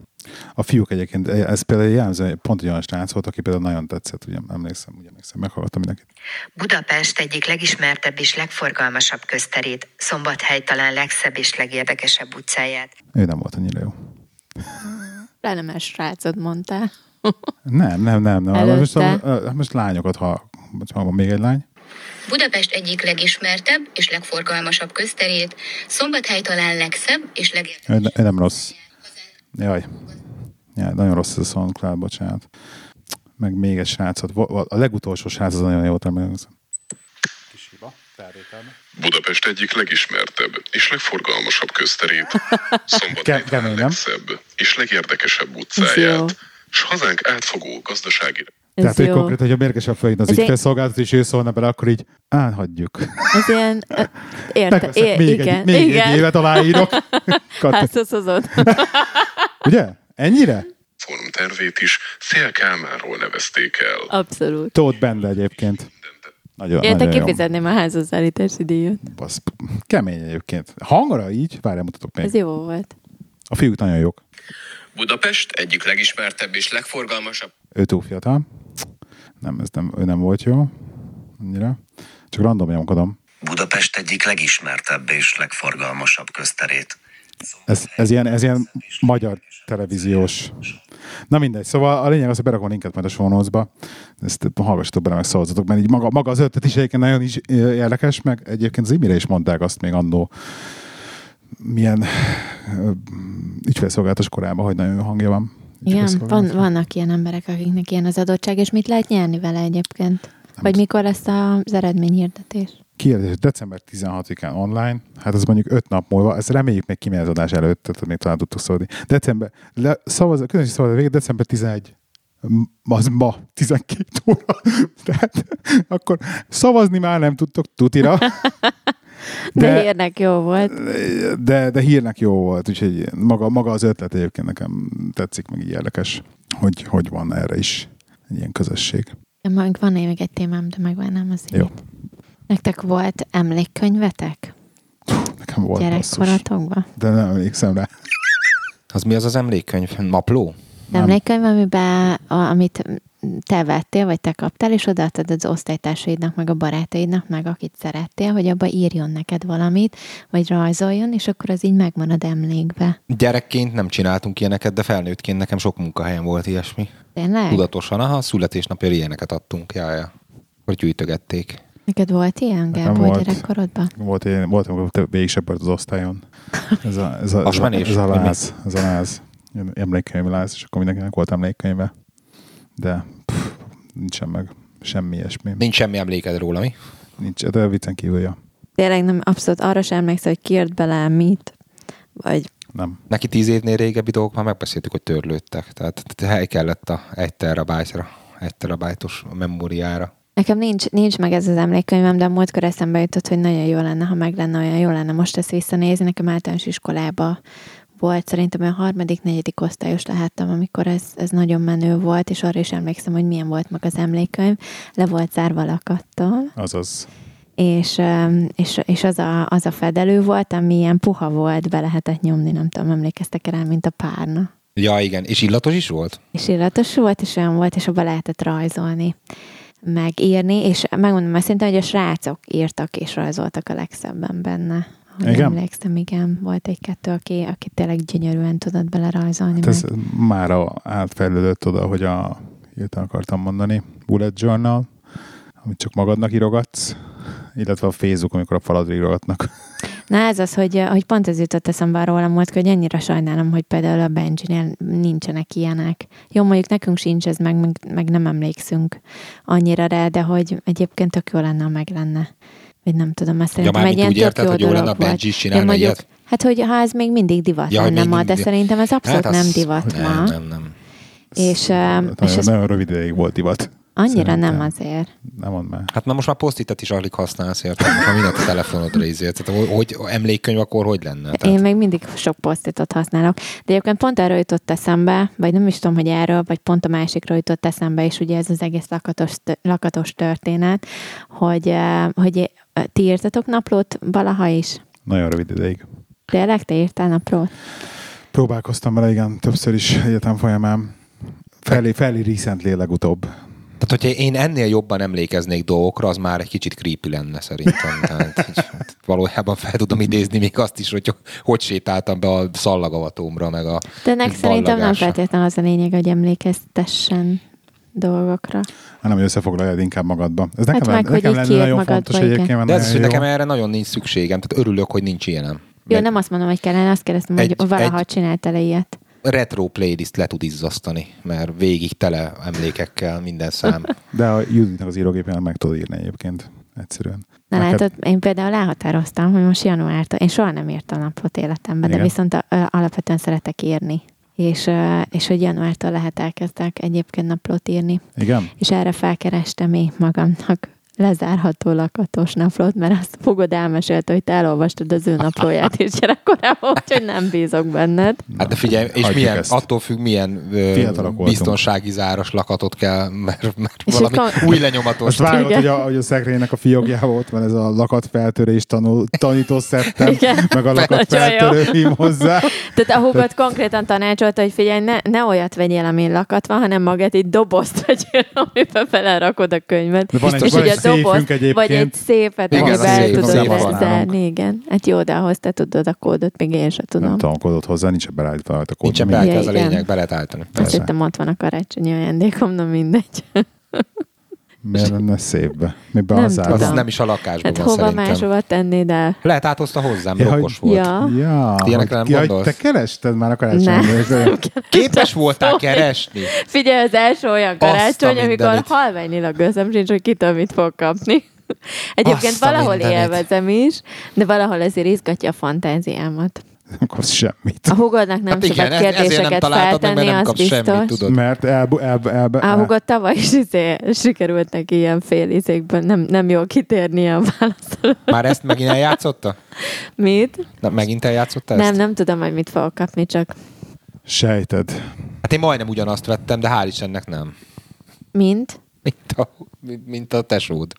A fiúk egyébként, ez például jellemző, pont egy olyan srác volt, aki például nagyon tetszett, ugye emlékszem, ugye emlékszem, meghallgattam mindenkit. Budapest egyik legismertebb és legforgalmasabb közterét, Szombathely talán legszebb és legérdekesebb utcáját. Ő nem volt annyira jó. Lenemes srácot mondtál. Nem, nem, nem. nem. Most, Előtte? most lányokat, ha, ha van még egy lány. Budapest egyik legismertebb és legforgalmasabb közterét, Szombathely talán legszebb és legérdekesebb. Ő, ő nem rossz. Jaj. Jaj, nagyon rossz ez a SoundCloud, bocsánat. Meg még egy srácot. A legutolsó srác az nagyon jó, emlékszem. Kis hiba, felvételben. Budapest egyik legismertebb és legforgalmasabb közterét, Szombathely talán legszebb és legérdekesebb utcáját, s hazánk átfogó gazdasági... Ez Tehát, hogy jó. konkrét, hogy a mérgesebb felén az ügyfélszolgáltató, és ő szólna bele, akkor így ánhagyjuk. Ez ilyen, érte, é, még igen, egy, még igen. egy évet aláírok. Házhozod. Ugye? Ennyire? Fórum tervét is Szél Kálmánról nevezték el. Abszolút. Tóth Bende egyébként. Nagyon, Én te nagyon jó. kifizetném a házhozzállítási díjat. Basz, kemény egyébként. Hangra így? Várjál, mutatok még. Ez jó volt. A fiúk nagyon jók. Budapest egyik legismertebb és legforgalmasabb. Ő túl fiatal. Nem, ez nem, ő nem volt jó. Annyira. Csak random nyomkodom. Budapest egyik legismertebb és legforgalmasabb közterét. Ez, ez, ilyen, ez ilyen magyar televíziós. Na mindegy, szóval a lényeg az, hogy berakom a linket majd a show notes-ba. Ezt hallgassatok bele, meg szavazatok, mert így maga, maga az ötlet is egyébként nagyon is érdekes, meg egyébként az Imire is mondták azt még annó milyen ügyfélszolgálatos korában, hogy nagyon jó hangja van. Igen, van, vannak ilyen emberek, akiknek ilyen az adottság, és mit lehet nyerni vele egyébként? Vagy mikor lesz az eredményhirdetés? Kiírás december tizenhatodikán online, hát az mondjuk öt nap múlva, ezt reméljük még kimegy az adás előtt, tehát még talán tudtuk szólni. December, le, szavaz, közönség szavaz a végén, december tizenegy, az ma, tizenkét óra. Tehát akkor szavazni már nem tudtok tutira. De, de hírnek jó volt. De, de hírnek jó volt, úgyhogy maga, maga az ötlet egyébként nekem tetszik, meg így érdekes, hogy, hogy van erre is egy ilyen közösség. Meg van még egy témám, de megvárnám azért. Jó. Nektek volt emlékkönyvetek? Nekem volt gyerekkoratokban? De nem emlékszem rá. Az mi az az emlékkönyv? Napló? Emlékkönyv, amiben, a, amit te vettél, vagy te kaptál, és odaadtad az osztálytársaidnak, meg a barátaidnak, meg akit szerettél, hogy abba írjon neked valamit, vagy rajzoljon, és akkor az így megmarad emlékbe. Gyerekként nem csináltunk ilyeneket, de felnőttként nekem sok munkahelyen volt ilyesmi. Tényleg? Tudatosan, aha, születésnapjára ilyeneket adtunk, jája. Hogy gyűjtögették. Neked volt ilyen, Gábor, gyerekkorodban? Volt ilyen, volt, amikor te végigsepart az osztályon. Ez a, ez a, ez a, ez a láz, ez a láz. Emlékkönyv láz, és akkor mindenkinek volt emlékkönyve. De pff, nincsen meg semmi ilyesmi. Nincs semmi emléked róla, mi? Nincs, de viccen kívülja. Tényleg nem, abszolút arra sem emlékszel, hogy kiírt bele mit, vagy... Nem. Neki tíz évnél régebbi dolgok már megbeszéltük, hogy törlődtek. Tehát hely kellett a egy terabájtra, egy terabájtos memóriára. Nekem nincs, nincs meg ez az emlékkönyvem, de múltkor eszembe jutott, hogy nagyon jó lenne, ha meg lenne, olyan jó lenne most ezt visszanézni. Nekem általános iskolában volt, szerintem olyan harmadik, negyedik osztályos lehettem, amikor ez, ez nagyon menő volt, és arra is emlékszem, hogy milyen volt meg az emlékkönyv. Le volt zárva lakattal. Azaz. És, és, és az, a, az a fedelő volt, ami ilyen puha volt, be lehetett nyomni, nem tudom, emlékeztek rá, mint a párna. Ja, igen. És illatos is volt? És illatos volt, és olyan volt, és abba lehetett rajzolni, megírni, és megmondom őszintén, hogy a srácok írtak és rajzoltak a legszebben benne. Igen? Emlékszem, igen, volt egy-kettő, aki, aki tényleg gyönyörűen tudott bele rajzolni. Hát ez mára átfejlődött oda, hogy a, hirtelen akartam mondani, bullet journal, amit csak magadnak írogatsz, illetve a Facebook, amikor a faladra írogatnak. Na ez az, hogy, hogy pont ez jutott eszembe rólam volt, hogy annyira sajnálom, hogy például a Benjinél nincsenek ilyenek. Jó, mondjuk nekünk sincs ez, meg, meg, meg nem emlékszünk annyira rá, de hogy egyébként tök jó lenne, ha meg lenne. Vagy nem tudom, ezt ja, szerintem egy ilyen tök jó hogy jó lenne a Benji is csinálna ilyet? Hát, hogy ha ez még mindig divat ja, lenne ma, mindig... de szerintem ez abszolút hát az... nem divat nem, ma. Nem, nem, És, nagyon, és ez... nagyon rövid ideig volt divat. Annyira szerintem. nem azért. Nem mondd már. Hát már most már posztitet is alig használsz, érted? Ha mindent a telefonodra izért. Tehát, hogy emlékkönyv akkor hogy lenne? Tehát... Én még mindig sok posztitot használok. De egyébként pont erről jutott eszembe, vagy nem is tudom, hogy erről, vagy pont a másikról jutott eszembe, és ugye ez az egész lakatos, lakatos történet, hogy, hogy ti írtatok naplót valaha is? Nagyon rövid ideig. Tényleg? Te írtál naplót? Próbálkoztam vele, igen, többször is egyetem folyamán. Felé, felé recently legutóbb. Tehát, hogyha én ennél jobban emlékeznék dolgokra, az már egy kicsit creepy lenne szerintem. Tehát, így, valójában fel tudom idézni még azt is, hogy hogy sétáltam be a szallagavatómra, meg a De ennek szerintem nem feltétlenül az a lényeg, hogy emlékeztessen dolgokra. Hanem, hogy összefoglaljad inkább magadba. Ez Hát nekem, meg, nekem hogy lenne így nagyon magadba, fontos igen. egyébként. De ez is, hogy jó. nekem erre nagyon nincs szükségem. Tehát örülök, hogy nincs ilyenem. Jó, Meg nem azt mondom, hogy kellene, azt kérdeztem, Egy- hogy valaha egy- csináltál-e ilyet. retro playlist le tud izzasztani, mert végig tele emlékekkel minden szám. De a Juditnak az írógépén meg tudod írni egyébként. Egyszerűen. Na Neked- látod, én például elhatároztam, hogy most januártól, én soha nem írtam naplót életemben, de Igen. viszont ö, alapvetően szeretek írni. És, ö, és hogy januártól lehet elkezdek egyébként naplót írni. Igen? És erre felkerestem én magamnak lezárható lakatos naplót, mert azt fogod elmesélte, hogy te elolvastad az ő naplóját is gyerekkorában, úgyhogy nem bízok benned. Hát de figyelj, és Hagyjuk milyen, ezt. attól függ, milyen ö, Fiatalok voltunk. biztonsági záros lakatot kell, mert, mert És valami akkor- új lenyomatos. Most vágod, Igen. hogy a, hogy a szekrénynek a fiókjában ott van ez a lakatfeltörés tanul, tanító szettem, Igen. meg a Nagyon lakatfeltörő hím hozzá. Tehát a húgod konkrétan tanácsolta, hogy figyelj, ne, ne olyat vegyél, amin lakat van, hanem magát egy dobozt vegyél, amiben belerakod a könyvet. De van egy- és van hogy egy a doboz, széfünk egyébként. vagy egy szépet, Igen, amivel a el szép- tudod szép lezárni. Igen. Hát jó, de ahhoz te tudod a kódot, még én sem tudom. Nem tudom, kódot hozzá, nincs beállítva rajta kód. Nincsen Mindegy. beállítva, ez a Igen. lényeg, be lehet állítani. Azt Persze. hittem, ott van a karácsonyi ajándékom, na mindegy. Miért lenne szépbe? Miben Nem az áll? Az tudom. nem is a lakásban Hát van hova szerintem. máshova tennéd el? Lehet áthozta hozzám, Ja, rokkos hogy- volt. Ja. Ja, Ilyenekre nem hogy, ja, hogy gondolsz? te kerested már a Nem. karácsonyi. Képes voltál keresni? Figyelj, az első olyan Azt a karácsony, amikor mindenit. halványilag gőzem sincs, hogy kitől mit fog kapni. Egyébként Azt a valahol mindenit. élvezem is, de valahol ezért izgatja a fantáziámat. Nem kapsz semmit. A hugodnak nem Hát igen, szabad ez- ezért nem kérdéseket találtad meg, feltenni, mert nem az kapsz semmit, biztos. tudod. Mert el, el, el, A el, hugod tavaly is izé, sikerült neki ilyen fél izékben, nem, nem jól kitérnie a válaszoló. Már ezt megint eljátszotta? Mit? Na, megint eljátszotta ezt? Nem, nem tudom, hogy mit fogok kapni, csak sejted. Hát én majdnem ugyanazt vettem, de hál' Istennek nem. mint Mint a, mint a tesód.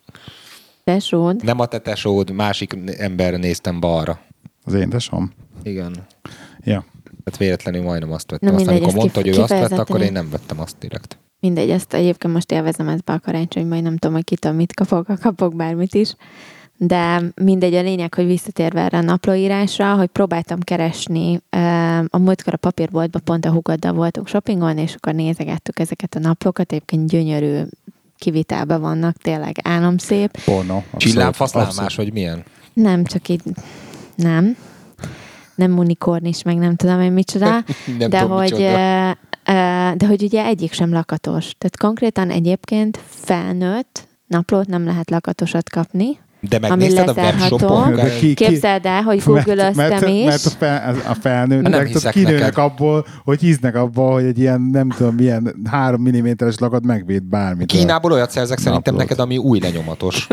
tesód. Nem a te tesód, másik emberre néztem balra. Az én tesom? Igen. Ja. Tehát véletlenül majdnem azt vettem. Na Aztán mindegy, amikor ezt mondta, kif- hogy ő azt vette, kifejezetten akkor én én- nem vettem azt direkt. Mindegy, ezt egyébként most élvezem ezbe a karácsonyban, én nem tudom, hogy kitől mit kapok, ha kapok bármit is. De mindegy, a lényeg, hogy visszatérve erre a naplóírásra, hogy próbáltam keresni, em, a múltkor a papírboltban pont a hugoddal voltunk shoppingolni, és akkor nézegettük ezeket a naplókat, egyébként gyönyörű kivitelben vannak, tényleg álomszép. Porno. abszolút, Csillámfaszlálmás, abszolút. vagy milyen? Nem, csak így nem. Nem unikornis, meg nem tudom én micsoda. Nem de, tudom, hogy, micsoda. eh, eh, de hogy ugye egyik sem lakatos. Tehát konkrétan egyébként felnőtt naplót nem lehet lakatosat kapni. De ami megnézted a lezárható. webshopon? De ki- ki- Képzeld el, hogy mert, googlöztem mert, is. mert a, fel, a felnőttek Nem tudod, hiszek kinőnek neked. abból, hogy hisznek abból, hogy egy ilyen, nem tudom, milyen három milliméteres lakat megvéd bármit. Kínából olyat szerzek szerintem Naplót. neked, ami új lenyomatos.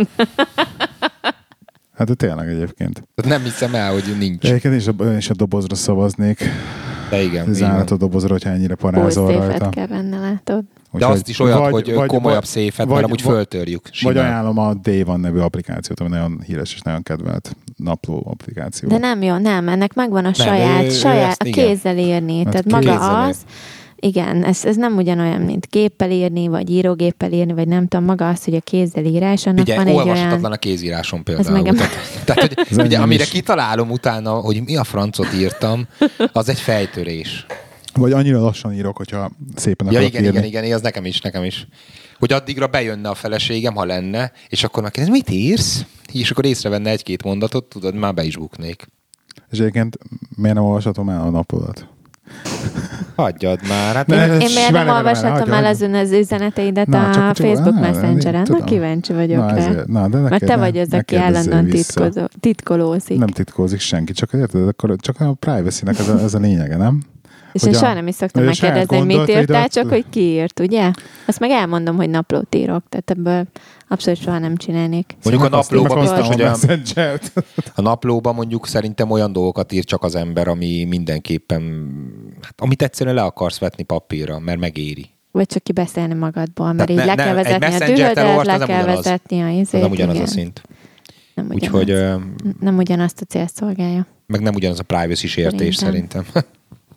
Hát de tényleg egyébként. Tehát nem hiszem el, hogy nincs. Egyébként is a, én is a dobozra szavaznék. De igen, így Zárat a van. dobozra, hogyha ennyire Full parázol széfet rajta. kell benne, látod? De Úgyhogy azt is olyat, vagy- hogy vagy- komolyabb vagy- széfet, vagy- mert amúgy vagy- föltörjük. Vagy simán. ajánlom a Day One nevű applikációt, ami nagyon híres és nagyon kedvelt napló applikáció. De nem jó, nem, ennek megvan a ő- saját, ő saját ezt a igen. kézzel írni. Hát Tehát maga kézzel az, igen, ez, ez nem ugyanolyan, mint géppel írni, vagy írógéppel írni, vagy nem tudom, maga az, hogy a kézzel írás, annak Ugye van egy olvashatatlan olyan... a kézírásom például. meg- Tehát, tehát hogy, Ez ugye, engem amire is. kitalálom utána, hogy mi a francot írtam, az egy fejtörés. Vagy annyira lassan írok, hogyha szépen Ja, akarok igen, írni. igen, igen, az nekem is, nekem is. Hogy addigra bejönne a feleségem, ha lenne, és akkor megkérdez, mit írsz? És akkor észrevenne egy-két mondatot, tudod, már be is buknék. És egyébként miért nem olvashatom el a napodat? Hagyjad már. Hát Ne, Én, ez én miért várj, nem várj, olvashatom hagyja, el hagyja. az ön az üzeneteidet Na, a csak- csak- Facebook á, Messengeren? tudom. Na, kíváncsi vagyok Na, rá. ezért- na, de ne Mert te kérde- vagy az, ne aki kérdezzél állandóan vissza. titkozó, titkolózik. Nem titkolózik senki, csak érted, akkor csak a privacy-nek ez a, ez a lényege, nem? És hogy én a- soha nem is szoktam hogy a saját megkérdezni, hogy mit írtál, gondolataidat- csak hogy ki írt, ugye? Azt meg elmondom, hogy naplót írok, tehát ebből abszolút soha nem csinálnék. mondjuk a Meghoztam- naplóban meghoztam biztos, a hogy a, Messengert. a naplóban mondjuk szerintem olyan dolgokat ír csak az ember, ami mindenképpen, hát, amit egyszerűen le akarsz vetni papírra, mert megéri. Vagy csak ki beszélni magadból, mert Tehát így ne- le ne- kell egy vezetni a Messengert dühödet, elolvasd, le az nem kell ugyanaz. vezetni a Ez izét. nem ugyanaz igen. a szint. Nem ugyanaz. Úgyhogy ö, nem ugyanazt a célt szolgálja. meg nem ugyanaz a privacy sértés Szerintem. szerintem.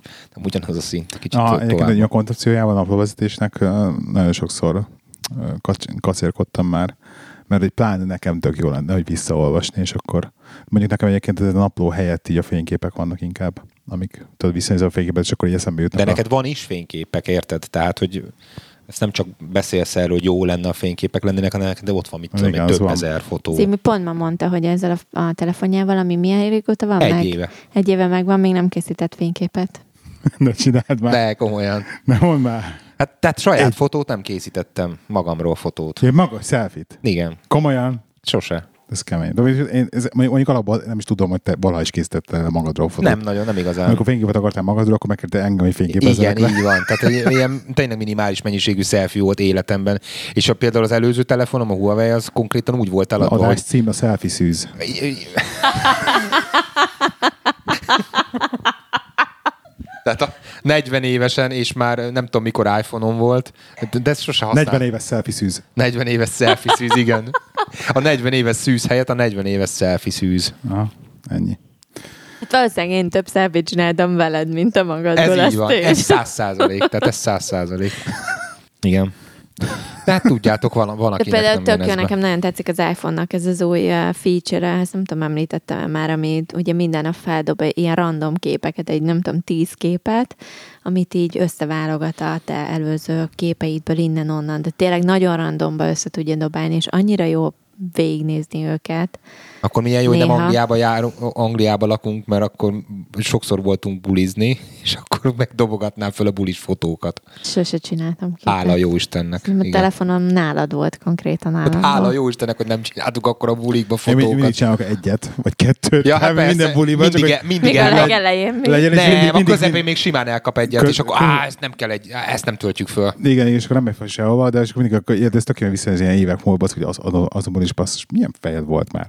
nem ugyanaz a szint, kicsit Ah, tovább. egyébként a koncepciójával a naplóvezetésnek nagyon sokszor kacérkodtam már, mert egy pláne nekem tök jó lenne, hogy visszaolvasni, és akkor mondjuk nekem egyébként ez a napló helyett így a fényképek vannak inkább, amik tudod visszanézni a fényképet, és akkor így eszembe jutnak. De a... neked van is fényképek, érted? Tehát, hogy ezt nem csak beszélsz erről, hogy jó lenne a fényképek lennének, hanem de ott van, mit tudom, Igen, több van. ezer fotó. Című pont ma mondta, hogy ezzel a, a telefonjával, ami milyen régóta van Egy meg? éve. Egy éve megvan, még nem készített fényképet. Ne csináld már. De komolyan. Ne mondd már. Hát tehát saját Egy- fotót nem készítettem, magamról fotót. Én maga, selfie-t. Igen, Komolyan. sose. Ez kemény. De én, ez, mondjuk alapban nem is tudom, hogy te valaha is készítettél magadról fotót. Nem nagyon, nem igazán. Amikor fényképet akartál magadról, akkor megkérte engem, hogy fényképezzenek Igen, le. így van. Tehát egy, ilyen tényleg minimális mennyiségű selfie volt életemben. És a, például az előző telefonom, a Huawei, az konkrétan úgy volt Az eladva, adás hogy... cím a selfie szűz. Tehát a negyven évesen, és már nem tudom mikor iPhone-om volt, de ezt sose használtam. negyven éves selfie szűz. negyven éves selfie szűz, igen. A negyven éves szűz helyett a negyven éves selfie szűz. Aha, ennyi. Hát valószínűleg én több selfie csináltam veled, mint a magadból. Ez így van, tény. ez száz százalék, tehát ez száz százalék. Igen. Tehát tudjátok, van, van De akinek például nem tök jön jó, ez be. nekem nagyon tetszik az iPhone-nak ez az új uh, feature, ezt nem tudom, említettem már, amit ugye minden nap feldob ilyen random képeket, egy nem tudom, tíz képet, amit így összeválogat a te előző képeidből innen-onnan, de tényleg nagyon randomba össze tudja dobálni, és annyira jó végignézni őket. Akkor milyen jó, hogy nem Néha. Angliába, járunk, Angliába lakunk, mert akkor sokszor voltunk bulizni, és akkor megdobogatnám föl a bulis fotókat. Sose csináltam képet. Hála jó Istennek. A Igen. telefonom nálad volt konkrétan Hát állandó. hála jó Istennek, hogy nem csináltuk akkor a bulikba Én mindig, fotókat. mindig csinálok egyet, vagy kettőt. Ja, hát persze, minden buliban. mindig, csak, hogy mindig Még a el, legelején még. legyen, és nem, mindig, a mindig, közepén mindig, még simán elkap egyet, Kö- és akkor kö- á, ezt nem kell egy, á, ezt nem töltjük föl. igen, és akkor nem megy fel sehova, de és akkor mindig, akkor, de ezt tök jön vissza az ilyen évek múlva, hogy az, az, azonban is basszus, milyen fejed volt már.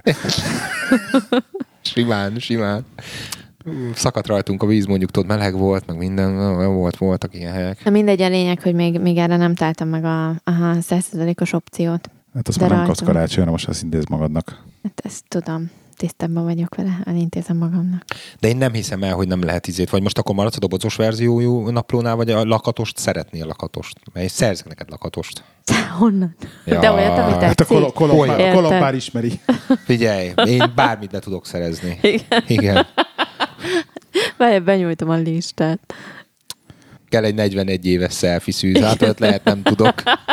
Simán, simán. Ú, Szakadt rajtunk a víz, mondjuk tudod, meleg volt, meg minden, volt, voltak ilyen helyek. Na mindegy, a lényeg, hogy még, még erre nem találtam meg a aha, száz százalékos opciót. Hát azt De már nem kapsz rajtam. karácsonyra, most azt intéz magadnak. Hát ezt tudom, tisztában vagyok vele, elintézem magamnak. De én nem hiszem el, hogy nem lehet izét. Vagy most akkor maradsz a dobozos verziójú naplónál, vagy a lakatost szeretnél lakatost? Mert szerzek neked lakatost. Honnan? Ja. De olyat, ami Hát a tetszik. kol- kolompár, Érted. kolompár ismeri. Figyelj, én bármit le tudok szerezni. Igen. Igen. Várj, benyújtom a listát. Kell egy negyvenegy éves selfie szűz, hát olyat lehet, nem tudok.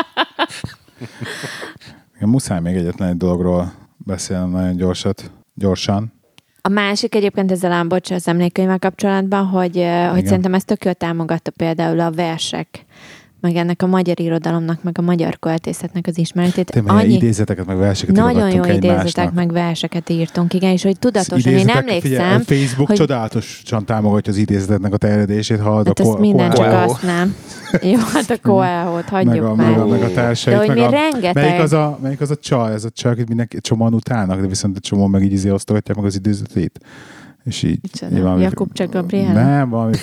Igen, muszáj még egyetlen egy dologról beszélnem nagyon gyorsat, gyorsan. A másik egyébként ezzel ám, bocs, az emlékkönyvvel kapcsolatban, hogy, eh, hogy szerintem ezt tök jól támogatta például a versek, meg ennek a magyar irodalomnak, meg a magyar költészetnek az ismeretét. Te meg Annyi... idézeteket, meg verseket nagyon jó írogattunk idézetek, egymásnak. meg verseket írtunk, igen, és hogy tudatosan, én Idézetek- emlékszem, figyelj, a Facebook hogy- csodálatosan támogatja az idézeteknek a terjedését, hallod hát a ezt ko- minden csak Coelho, azt nem. Jó, hát a Coelho-t meg hagyjuk a, már. meg, a, meg a társait. De hogy meg mi a, rengeteg- Melyik az, a, melyik az a csaj, ez a csaj, akit mindenki csomóan utálnak, de viszont a csomóan meg így izé osztogatják meg az idézetét. És így... Micsoda? így valami- Jakub csak Gabriela? Nem, valami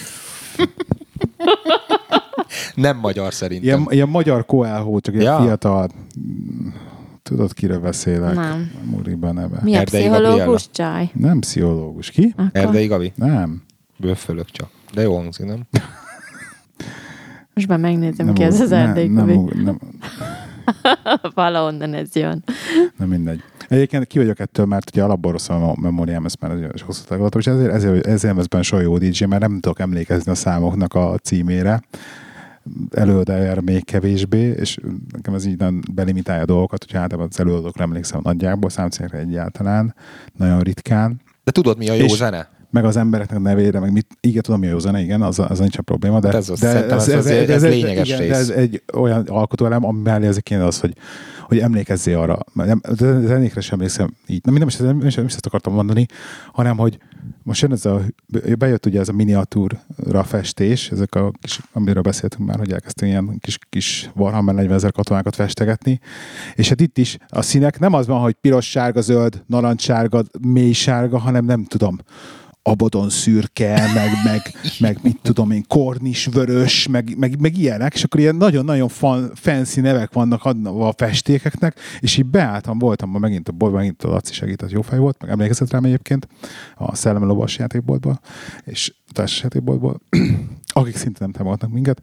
Nem magyar szerintem. ilyen, ilyen magyar Coelho, csak ilyen Ja. fiatal. Tudod, kiről beszélek? Nem. Múlik neve. Mi a Erdei pszichológus csaj? Nem pszichológus. Ki? Akkor Erdei Gabi? Nem. Böffölök csak. De jó hangzik, nem? most már megnézem Nem ki ez ug- az Erdei nem, Gabi. nem, nem, Valahonnan ez jön. nem mindegy. Egyébként ki vagyok ettől, mert ugye alapból rossz a memóriám, ezt már nagyon hosszú tagoltam, és ezért, ezért, ezért ez benne soha jó dé dzsé, mert nem tudok emlékezni a számoknak a címére. Előadájára még kevésbé, és nekem ez így nagyon belimitálja a dolgokat, hogy általában az előadókra emlékszem nagyjából, számcégekre egyáltalán, nagyon ritkán. De tudod, mi a jó És- zene? Meg az embereknek nevére, meg mit, igen, tudom, mi a jó zene, igen, az, az nincs a probléma, de, Hát ez az- de szerintem ez az- ez lényeges igen, rész. de ez egy olyan alkotóelem, ami mellé ezek kéne az, hogy, hogy emlékezzél arra. Nem, de zenékre sem emlékszem így. Nem, nem, is, nem, is, nem is ezt akartam mondani, hanem, hogy most jön ez a, bejött ugye ez a miniatúra festés, ezek a kis, amiről beszéltünk már, hogy elkezdtünk ilyen kis, kis Warhammer negyvenezer katonákat festegetni, és hát itt is a színek nem az van, hogy piros, sárga, zöld, narancssárga, mély sárga, hanem nem tudom, abodon szürke, meg, meg, meg mit tudom én, kornis vörös, meg, meg, meg ilyenek, és akkor ilyen nagyon-nagyon fan, fancy nevek vannak adva a festékeknek, és így beálltam, voltam ma megint a boltban, megint a Laci segített, jó fej volt, meg emlékezett rám egyébként a Szellem lovas játékboltban, és társas játékboltból, akik szintén nem támogatnak minket,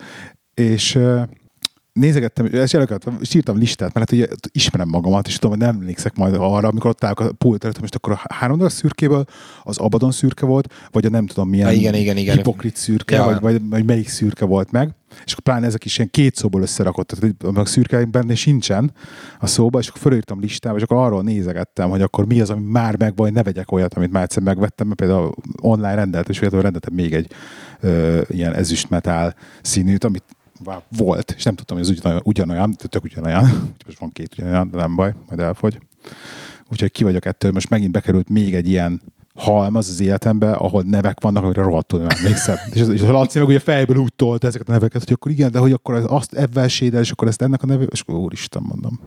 és nézegettem, és előkerültem, és írtam listát, mert hát ugye ismerem magamat, és tudom, hogy nem emlékszek majd arra, amikor ott állok a pult előtt, most akkor a három darab szürkéből az Abaddon szürke volt, vagy a nem tudom milyen ha, igen, igen, igen. hipokrit szürke, ja. vagy, vagy, vagy melyik szürke volt meg, és akkor pláne ezek is ilyen két szóból összerakott, tehát a szürke benne sincsen a szóba, és akkor fölírtam listába, és akkor arról nézegettem, hogy akkor mi az, ami már megvan, ne vegyek olyat, amit már egyszer megvettem, mert például online rendelt, és például rendeltem még egy ö, ilyen ezüstmetál színűt, amit volt, és nem tudtam, hogy ez ugyanolyan, ugyanolyan tök ugyanolyan, most van két ugyanolyan, de nem baj, majd elfogy. Úgyhogy ki vagyok ettől, most megint bekerült még egy ilyen halmaz az életembe, ahol nevek vannak, amire rohadtul nem emlékszem. és, és a Laci meg ugye fejből úgy tolta ezeket a neveket, hogy akkor igen, de hogy akkor azt ebben sédel, és akkor ezt ennek a nevét, és akkor úristen mondom.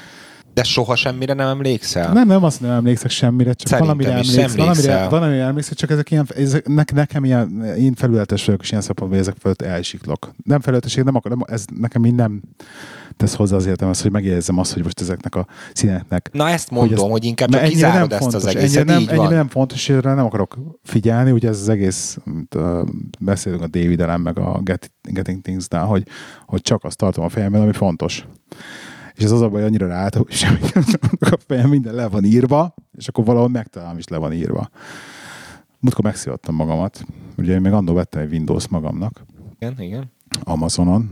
De soha semmire nem emlékszel? Nem, nem azt nem emlékszek semmire, csak Szerintem valamire is emlékszem. Valamire, emlékszel. valamire emlékszek, csak ezek ilyen, ezek, ne, nekem ilyen, én felületes vagyok, és ilyen szempontból ezek fölött elsiklok. Nem felületesség, nem akar, nem, ez nekem így nem tesz hozzá az életem, az, hogy megjegyzem azt, hogy most ezeknek a színeknek. Na ezt mondom, hogy, hogy, hogy inkább csak kizárod ezt az egészet, nem, így ennyire van. nem fontos, és erre nem akarok figyelni, ugye ez az egész, uh, beszélünk a David Allen, meg a Get, Getting Things-nál, hogy, hogy csak azt tartom a fejemben, ami fontos. És ez az a baj, annyira ráálltam, hogy semmit nem a fejem, minden le van írva, és akkor valahol megtalálom is le van írva. Múltkor megszívottam magamat. Ugye én még annól vettem egy Windows magamnak. Igen, igen. Amazonon.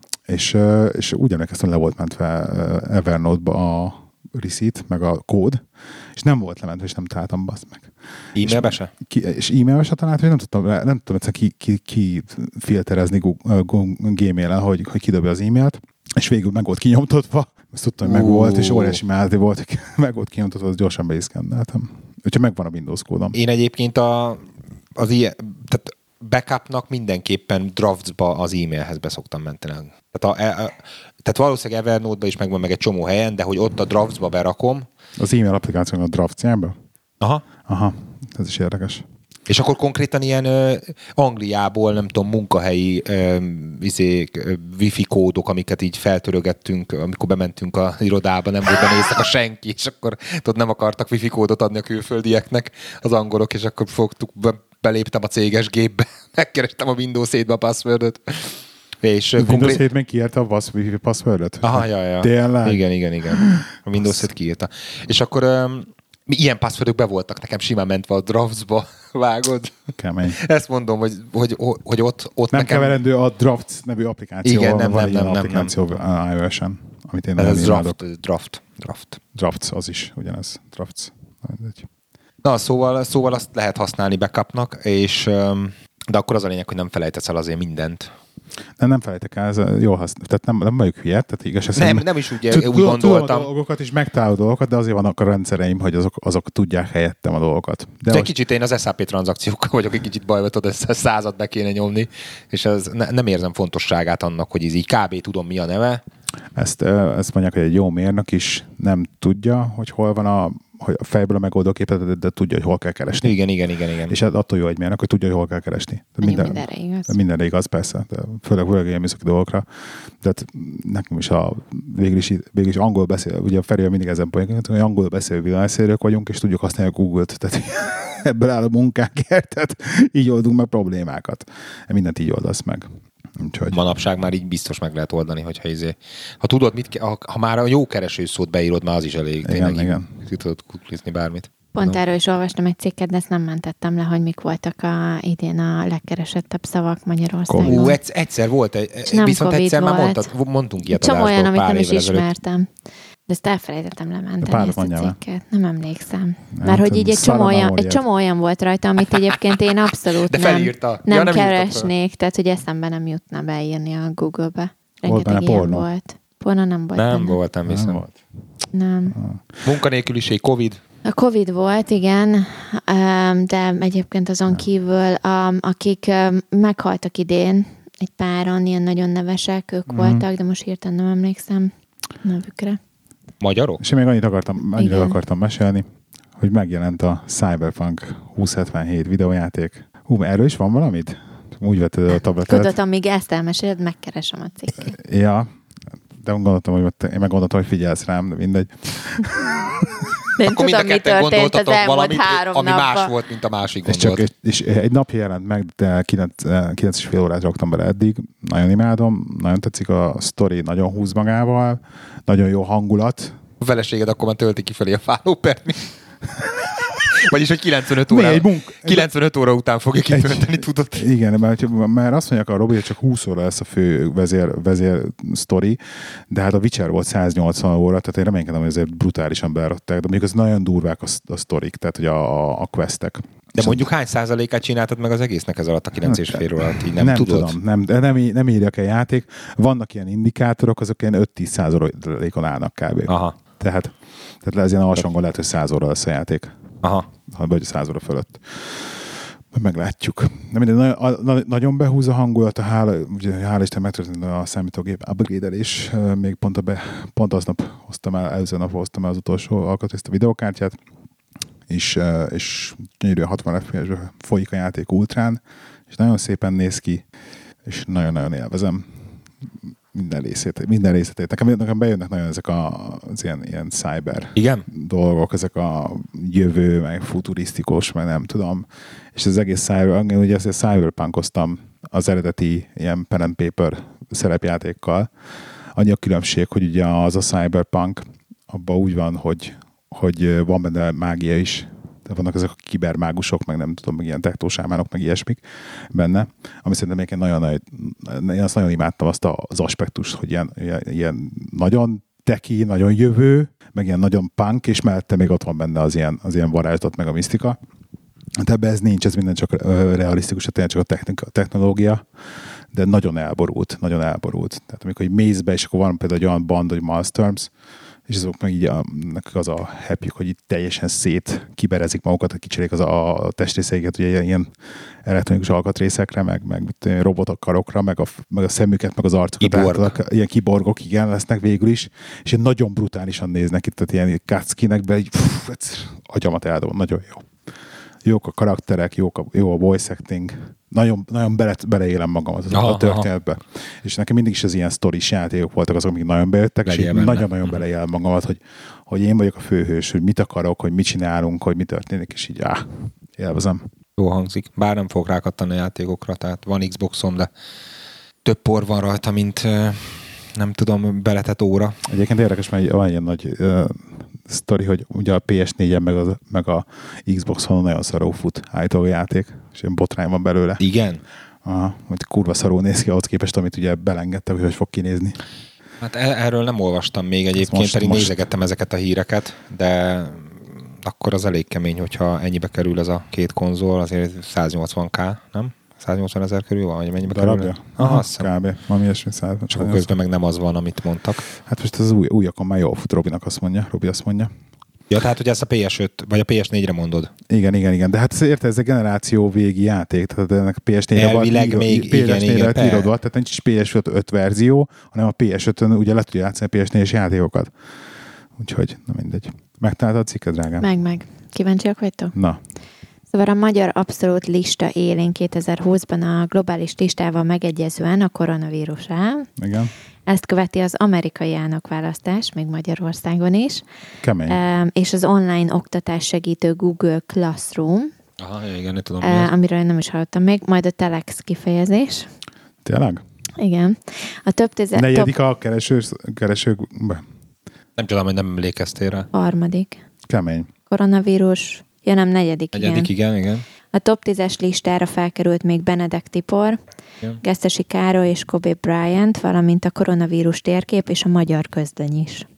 És, és úgy emlékeztem, le volt mentve Evernote-ba a receipt, meg a kód, és nem volt lementve, és nem találtam, bassz meg. E-mailbe se? Ki, és e-mailbe se talált, hogy nem tudtam, nem tudtam egyszerűen ki, ki, ki filterezni Gmail-en, hogy, hogy kidobja az e-mailt, és végül meg volt kinyomtatva, ezt tudtam, hogy meg volt, és óriási málti volt, hogy meg volt kinyomtatva, azt gyorsan beiskenneltem. Úgyhogy megvan a Windows kódom. Én egyébként a, az ilyen, tehát backupnak mindenképpen draftsba az e-mailhez beszoktam menteni. Tehát, a, a, tehát valószínűleg Evernote-ba is megvan meg egy csomó helyen, de hogy ott a draftsba berakom. Az e-mail applikáció a Drafts-jában? Aha. Aha, ez is érdekes. És akkor konkrétan ilyen uh, Angliából, nem tudom, munkahelyi uh, izé, uh, wifi kódok, amiket így feltörögettünk, amikor bementünk az irodába, nem volt benéztek a senki, és akkor tudod, nem akartak wifi kódot adni a külföldieknek az angolok, és akkor fogtuk, be, beléptem a céges gépbe, megkerestem a Windows hétbe a passwordot. És Windows konkrét... hét még kiírta a wifi passwordot? Aha, ja, ja. Tényleg? Igen, igen, igen. A Windows hét kiírta. És akkor um, ilyen passwordok be voltak nekem simán mentve a draftsba, vágod? Kemény. Ezt mondom, hogy, hogy, hogy ott, ott nem nekem... keverendő a Drafts nevű applikáció. Igen, nem, van nem, egy ilyen nem, nem, applikáció nem. iOS-en, amit én ez nem draft, draft, draft. Drafts, az is ugyanez. Drafts. Na, szóval, szóval azt lehet használni backupnak, és de akkor az a lényeg, hogy nem felejtesz el azért mindent. Nem, nem felejtek el, ez jól használ. Tehát nem, nem vagyok hülye, tehát igaz. Nem, nem is úgy, Tud, úgy gondoltam. Tudom a dolgokat, és megtalálok dolgokat, de azért vannak a rendszereim, hogy azok, azok tudják helyettem a dolgokat. De most... most... kicsit én az es á pé tranzakciókkal vagyok, egy kicsit bajba tudod, ezt a százat be kéne nyomni, és ez ne, nem érzem fontosságát annak, hogy ez így kb. Tudom, mi a neve. Ezt, ezt mondják, hogy egy jó mérnök is nem tudja, hogy hol van a, hogy a fejből a megoldóképet, de tudja, hogy hol kell keresni. Igen, igen, igen, igen. És attól jó egy mérnök, hogy tudja, hogy hol kell keresni. Minden, mindenre igaz. Mindenre igaz, persze. De főleg, főleg ilyen műszaki dolgokra. De nekem is a végül is, végül is angol beszél, ugye a Ferivel mindig ezen poénként, hogy angol beszélő világszerűek vagyunk, és tudjuk használni a Google-t. Tehát ebből áll a munkákért, tehát így oldunk meg problémákat. Mindent így oldasz meg. Úgyhogy. Manapság már így biztos meg lehet oldani, hogyha izé. Ha tudod, mit ke- ha, ha már a jó keresőszót beírod, már az is elég. Igen, tényleg igen. Így tudod kuklizni bármit. Pont erről is olvastam egy cikket, de ezt nem mentettem le, hogy mik voltak a, idén a legkeresettebb szavak Magyarországon. Ú, egyszer, egyszer volt, egy, viszont COVID egyszer volt. már mondtad, mondtunk ilyet Csomó olyan, amit nem is ezelőtt. ismertem. De ezt elfelejtettem lementeni, ezt a cikket. Nem emlékszem. Nem, Mert hogy így egy csomó, olyan, egy csomó olyan volt rajta, amit egyébként én abszolút de nem, nem, ja, nem keresnék, tehát hogy eszembe nem jutna beírni a Google-be. Volt Rengeteg benne ilyen pornó? volt. Pornó nem volt. Nem benne. volt, nem hiszem. Nem volt. Nem. Munkanélküliség, Covid. A Covid volt, igen, de egyébként azon kívül, akik meghaltak idén, egy páran, ilyen nagyon nevesek, ők mm. voltak, de most hirtelen nem emlékszem nevükre. Magyarok? És én még annyit akartam, annyit akartam mesélni, hogy megjelent a Cyberpunk húszszázhetvenhét videójáték. Hú, erről is van valamit? Úgy vetted a tabletet. Tudod, amíg ezt elmeséled, megkeresem a cikket. Ja, de gondoltam, hogy én meg gondoltam, hogy figyelsz rám, de mindegy. De én Akkor mind a tudom, mi ketten történt az gondoltatok elmúlt valamit, három ami napban. más volt, mint a másik És, csak, gondolt. és, és egy napja jelent meg, de kilenc és fél órát raktam bele eddig. Nagyon imádom, nagyon tetszik a sztori, nagyon húz magával, nagyon jó hangulat. A feleséged akkor már tölti kifelé a fálópert. Vagyis, hogy kilencvenöt Mi óra, egy munk- kilencvenöt óra után fogja kitölteni, tudod? Igen, mert, mert azt mondják a Robi, hogy csak húsz óra lesz a fő vezér, vezér sztori, de hát a Witcher volt száznyolcvan óra, tehát én reménykedem, hogy ezért brutálisan berakták, de mondjuk az nagyon durvák a, a sztorik, tehát hogy a, a, a questek. De mondjuk hány százalékát csináltad meg az egésznek ez alatt a kilenc és fél óra alatt? Így nem, nem tudod? tudom, nem, de nem, í- nem írják a játék. Vannak ilyen indikátorok, azok ilyen öt-tíz százalékon állnak kb. Aha, Tehát, tehát le- ez ilyen alsóangon lehet, hogy száz óra lesz a játék. aha. Vagy száz óra fölött. Meglátjuk. De minden, na, a, na, nagyon behúz a hangulat, a hála, ugye, hála Isten megtörtént a számítógép upgrade-elés. Még pont, a be, pont aznap hoztam el, előző nap hoztam el az utolsó alkatrészt, a videókártyát, és, és gyönyörűen hatvan ef pé es-ben folyik a játék ultrán, és nagyon szépen néz ki, és nagyon-nagyon élvezem minden részét, minden részletét. Nekem, nekem bejönnek nagyon ezek a, az ilyen, ilyen cyber Igen? dolgok, ezek a jövő, meg futurisztikus, meg nem tudom. És az egész cyber, ugye ezt cyberpunkoztam az eredeti ilyen pen and paper szerepjátékkal. Annyi a különbség, hogy ugye az a cyberpunk, abban úgy van, hogy, hogy van benne mágia is. Tehát vannak ezek a kibermágusok, meg nem tudom, meg ilyen techtósámánok, meg ilyesmik benne, ami szerintem egyébként nagyon, én azt nagyon imádtam azt az aspektust, hogy ilyen, ilyen, ilyen nagyon teki, nagyon jövő, meg ilyen nagyon punk, és mellette még ott van benne az ilyen, az ilyen varázslat, meg a misztika. De ebben ez nincs, ez minden csak realisztikus, tényleg csak a technika, a technológia, de nagyon elborult, nagyon elborult. Tehát amikor így mész be, és akkor van például egy olyan band, hogy Malmstorms, és azok meg így a, nekik az a happy, hogy itt teljesen szét kiberezik magukat, hogy kicserék az a, a testrészeiket, ugye ilyen elektronikus alkatrészekre, meg, meg mit, robotok karokra, meg a, meg a szemüket, meg az arcukat. Kiborg. Átadnak, ilyen kiborgok, igen, lesznek végül is, és ilyen nagyon brutálisan néznek itt, tehát ilyen cutscene-ek be, így pff, agyamat eldom, nagyon jó. Jók a karakterek, jók a, jó a voice acting, nagyon, nagyon bele, beleélem magam az Aha, a történetbe. Aha. És nekem mindig is az ilyen sztoris játékok voltak azok, amik nagyon bejöttek, és én nagyon-nagyon beleélem magamat, hogy, hogy én vagyok a főhős, hogy mit akarok, hogy mit csinálunk, hogy mi történik, és így áh, élvezem. Jó hangzik. Bár nem fogok rákattani a játékokra, tehát van Xboxom, de több por van rajta, mint nem tudom, beletett óra. Egyébként érdekes, mert van ilyen nagy uh, sztori, hogy ugye a pé es négyen meg a, meg a Xboxon nagyon szaró fut állítólag a játék, és ilyen botrány van belőle. Igen? Aha, hogy kurva szaró néz ki ahhoz képest, amit ugye belengedtek, hogy hogy fog kinézni. Hát erről nem olvastam még egyébként, most, pedig most. nézegettem ezeket a híreket, de akkor az elég kemény, hogyha ennyibe kerül ez a két konzol, azért száznyolcvan ká, nem? száznyolcvan ezer körül van, vagy mennyibe Darabja? kerül? Aha, Aha, azt hiszem. kb. Valami ilyesmi száz. Csak akkor közben meg nem az van, amit mondtak. Hát most az új, újakon már jól fut, Robinak azt mondja. Robi azt mondja. Ja, tehát, hogy ezt a pé es öt, vagy a pé es négyre mondod. Igen, igen, igen. De hát érted, ez a generáció végi játék, tehát ennek a pé es négyre Elvileg van, még, pé es igen, négyre igen, lett per. írva, tehát nincs is pé es öt verzió, hanem a pé es ötön ugye le tudja játszani a pé es négyes játékokat. Úgyhogy, na mindegy. Megtaláltad a cikket, drágám? Meg, meg. Kíváncsiak vagytok? Na. Szóval a magyar abszolút lista élén kétezer-húszban a globális listával megegyezően a koronavírus áll. Igen. Ezt követi az amerikai elnökválasztás, még Magyarországon is. Kemény. Um, és az online oktatás segítő Google Classroom, Aha, igen, nem tudom. uh, amiről én nem is hallottam még, majd a Telex kifejezés. Tényleg? Igen. A több tíze... Negyedik top a kereső, keresőkbe. Nem tudom, hogy nem emlékeztél rá. harmadik. Kemény. Koronavírus. Ja, nem, negyedik, Negyedik, igen. igen, igen. A top tízes listára felkerült még Benedek Tibor, Igen. Gesztesi Károly és Kobe Bryant, valamint a koronavírus térkép és a magyar közlöny is.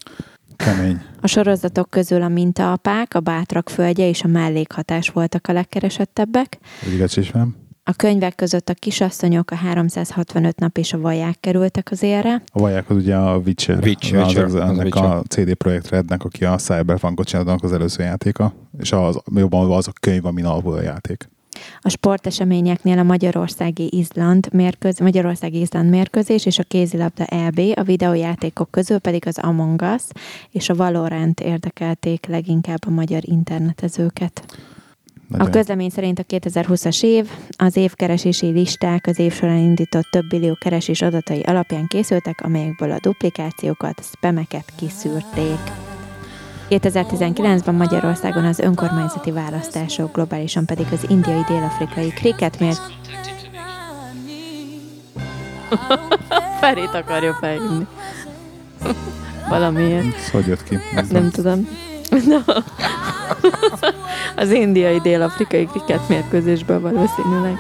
Kemény. A sorozatok közül a Mintaapák, a Bátrak földje és a Mellékhatás voltak a legkeresettebbek. Ügyvetés velem. A könyvek között a Kisasszonyok, a háromszázhatvanöt nap és a Vaják kerültek az élre. A vaják az ugye a Witcher. Witcher, az, Witcher, az, az a ennek Witcher. a cé dé Projekt Rednek, aki a Cyberpunkot csinálta az előző játéka. És az, jobban az a könyv, amin alapul a játék. A sporteseményeknél a Magyarországi Izland mérköz, Magyarországi Izland mérkőzés és a kézilabda é bé, a videójátékok közül pedig az Among Us és a Valorant érdekelték leginkább a magyar internetezőket. Nagyon. A közlemény szerint a kétezer-húszas év az évkeresési listák az év során indított több billió keresés adatai alapján készültek, amelyekből a duplikációkat, spameket kiszűrték. kétezer-tizenkilencben Magyarországon az önkormányzati választások, globálisan pedig az indiai dél-afrikai kriket mért. Ferét akarja felhívni. Valamiért. Ez hogy jött ki? Ez Nem tudom. No. Az indiai dél-afrikai kriket mérkőzésből valószínűleg.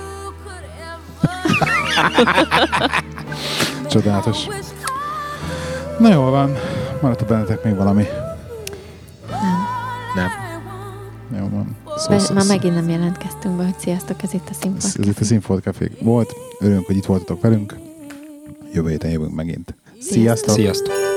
Csodálatos. Na jól van. Maradt bennetek még valami? Nem. Jó van. Be, már megint nem jelentkeztünk be, hogy sziasztok, ez itt a Színfolt Ez itt a Színfolt Café volt. Örülünk, hogy itt voltatok velünk. Jövő héten jövünk megint. Sziasztok. Sziasztok.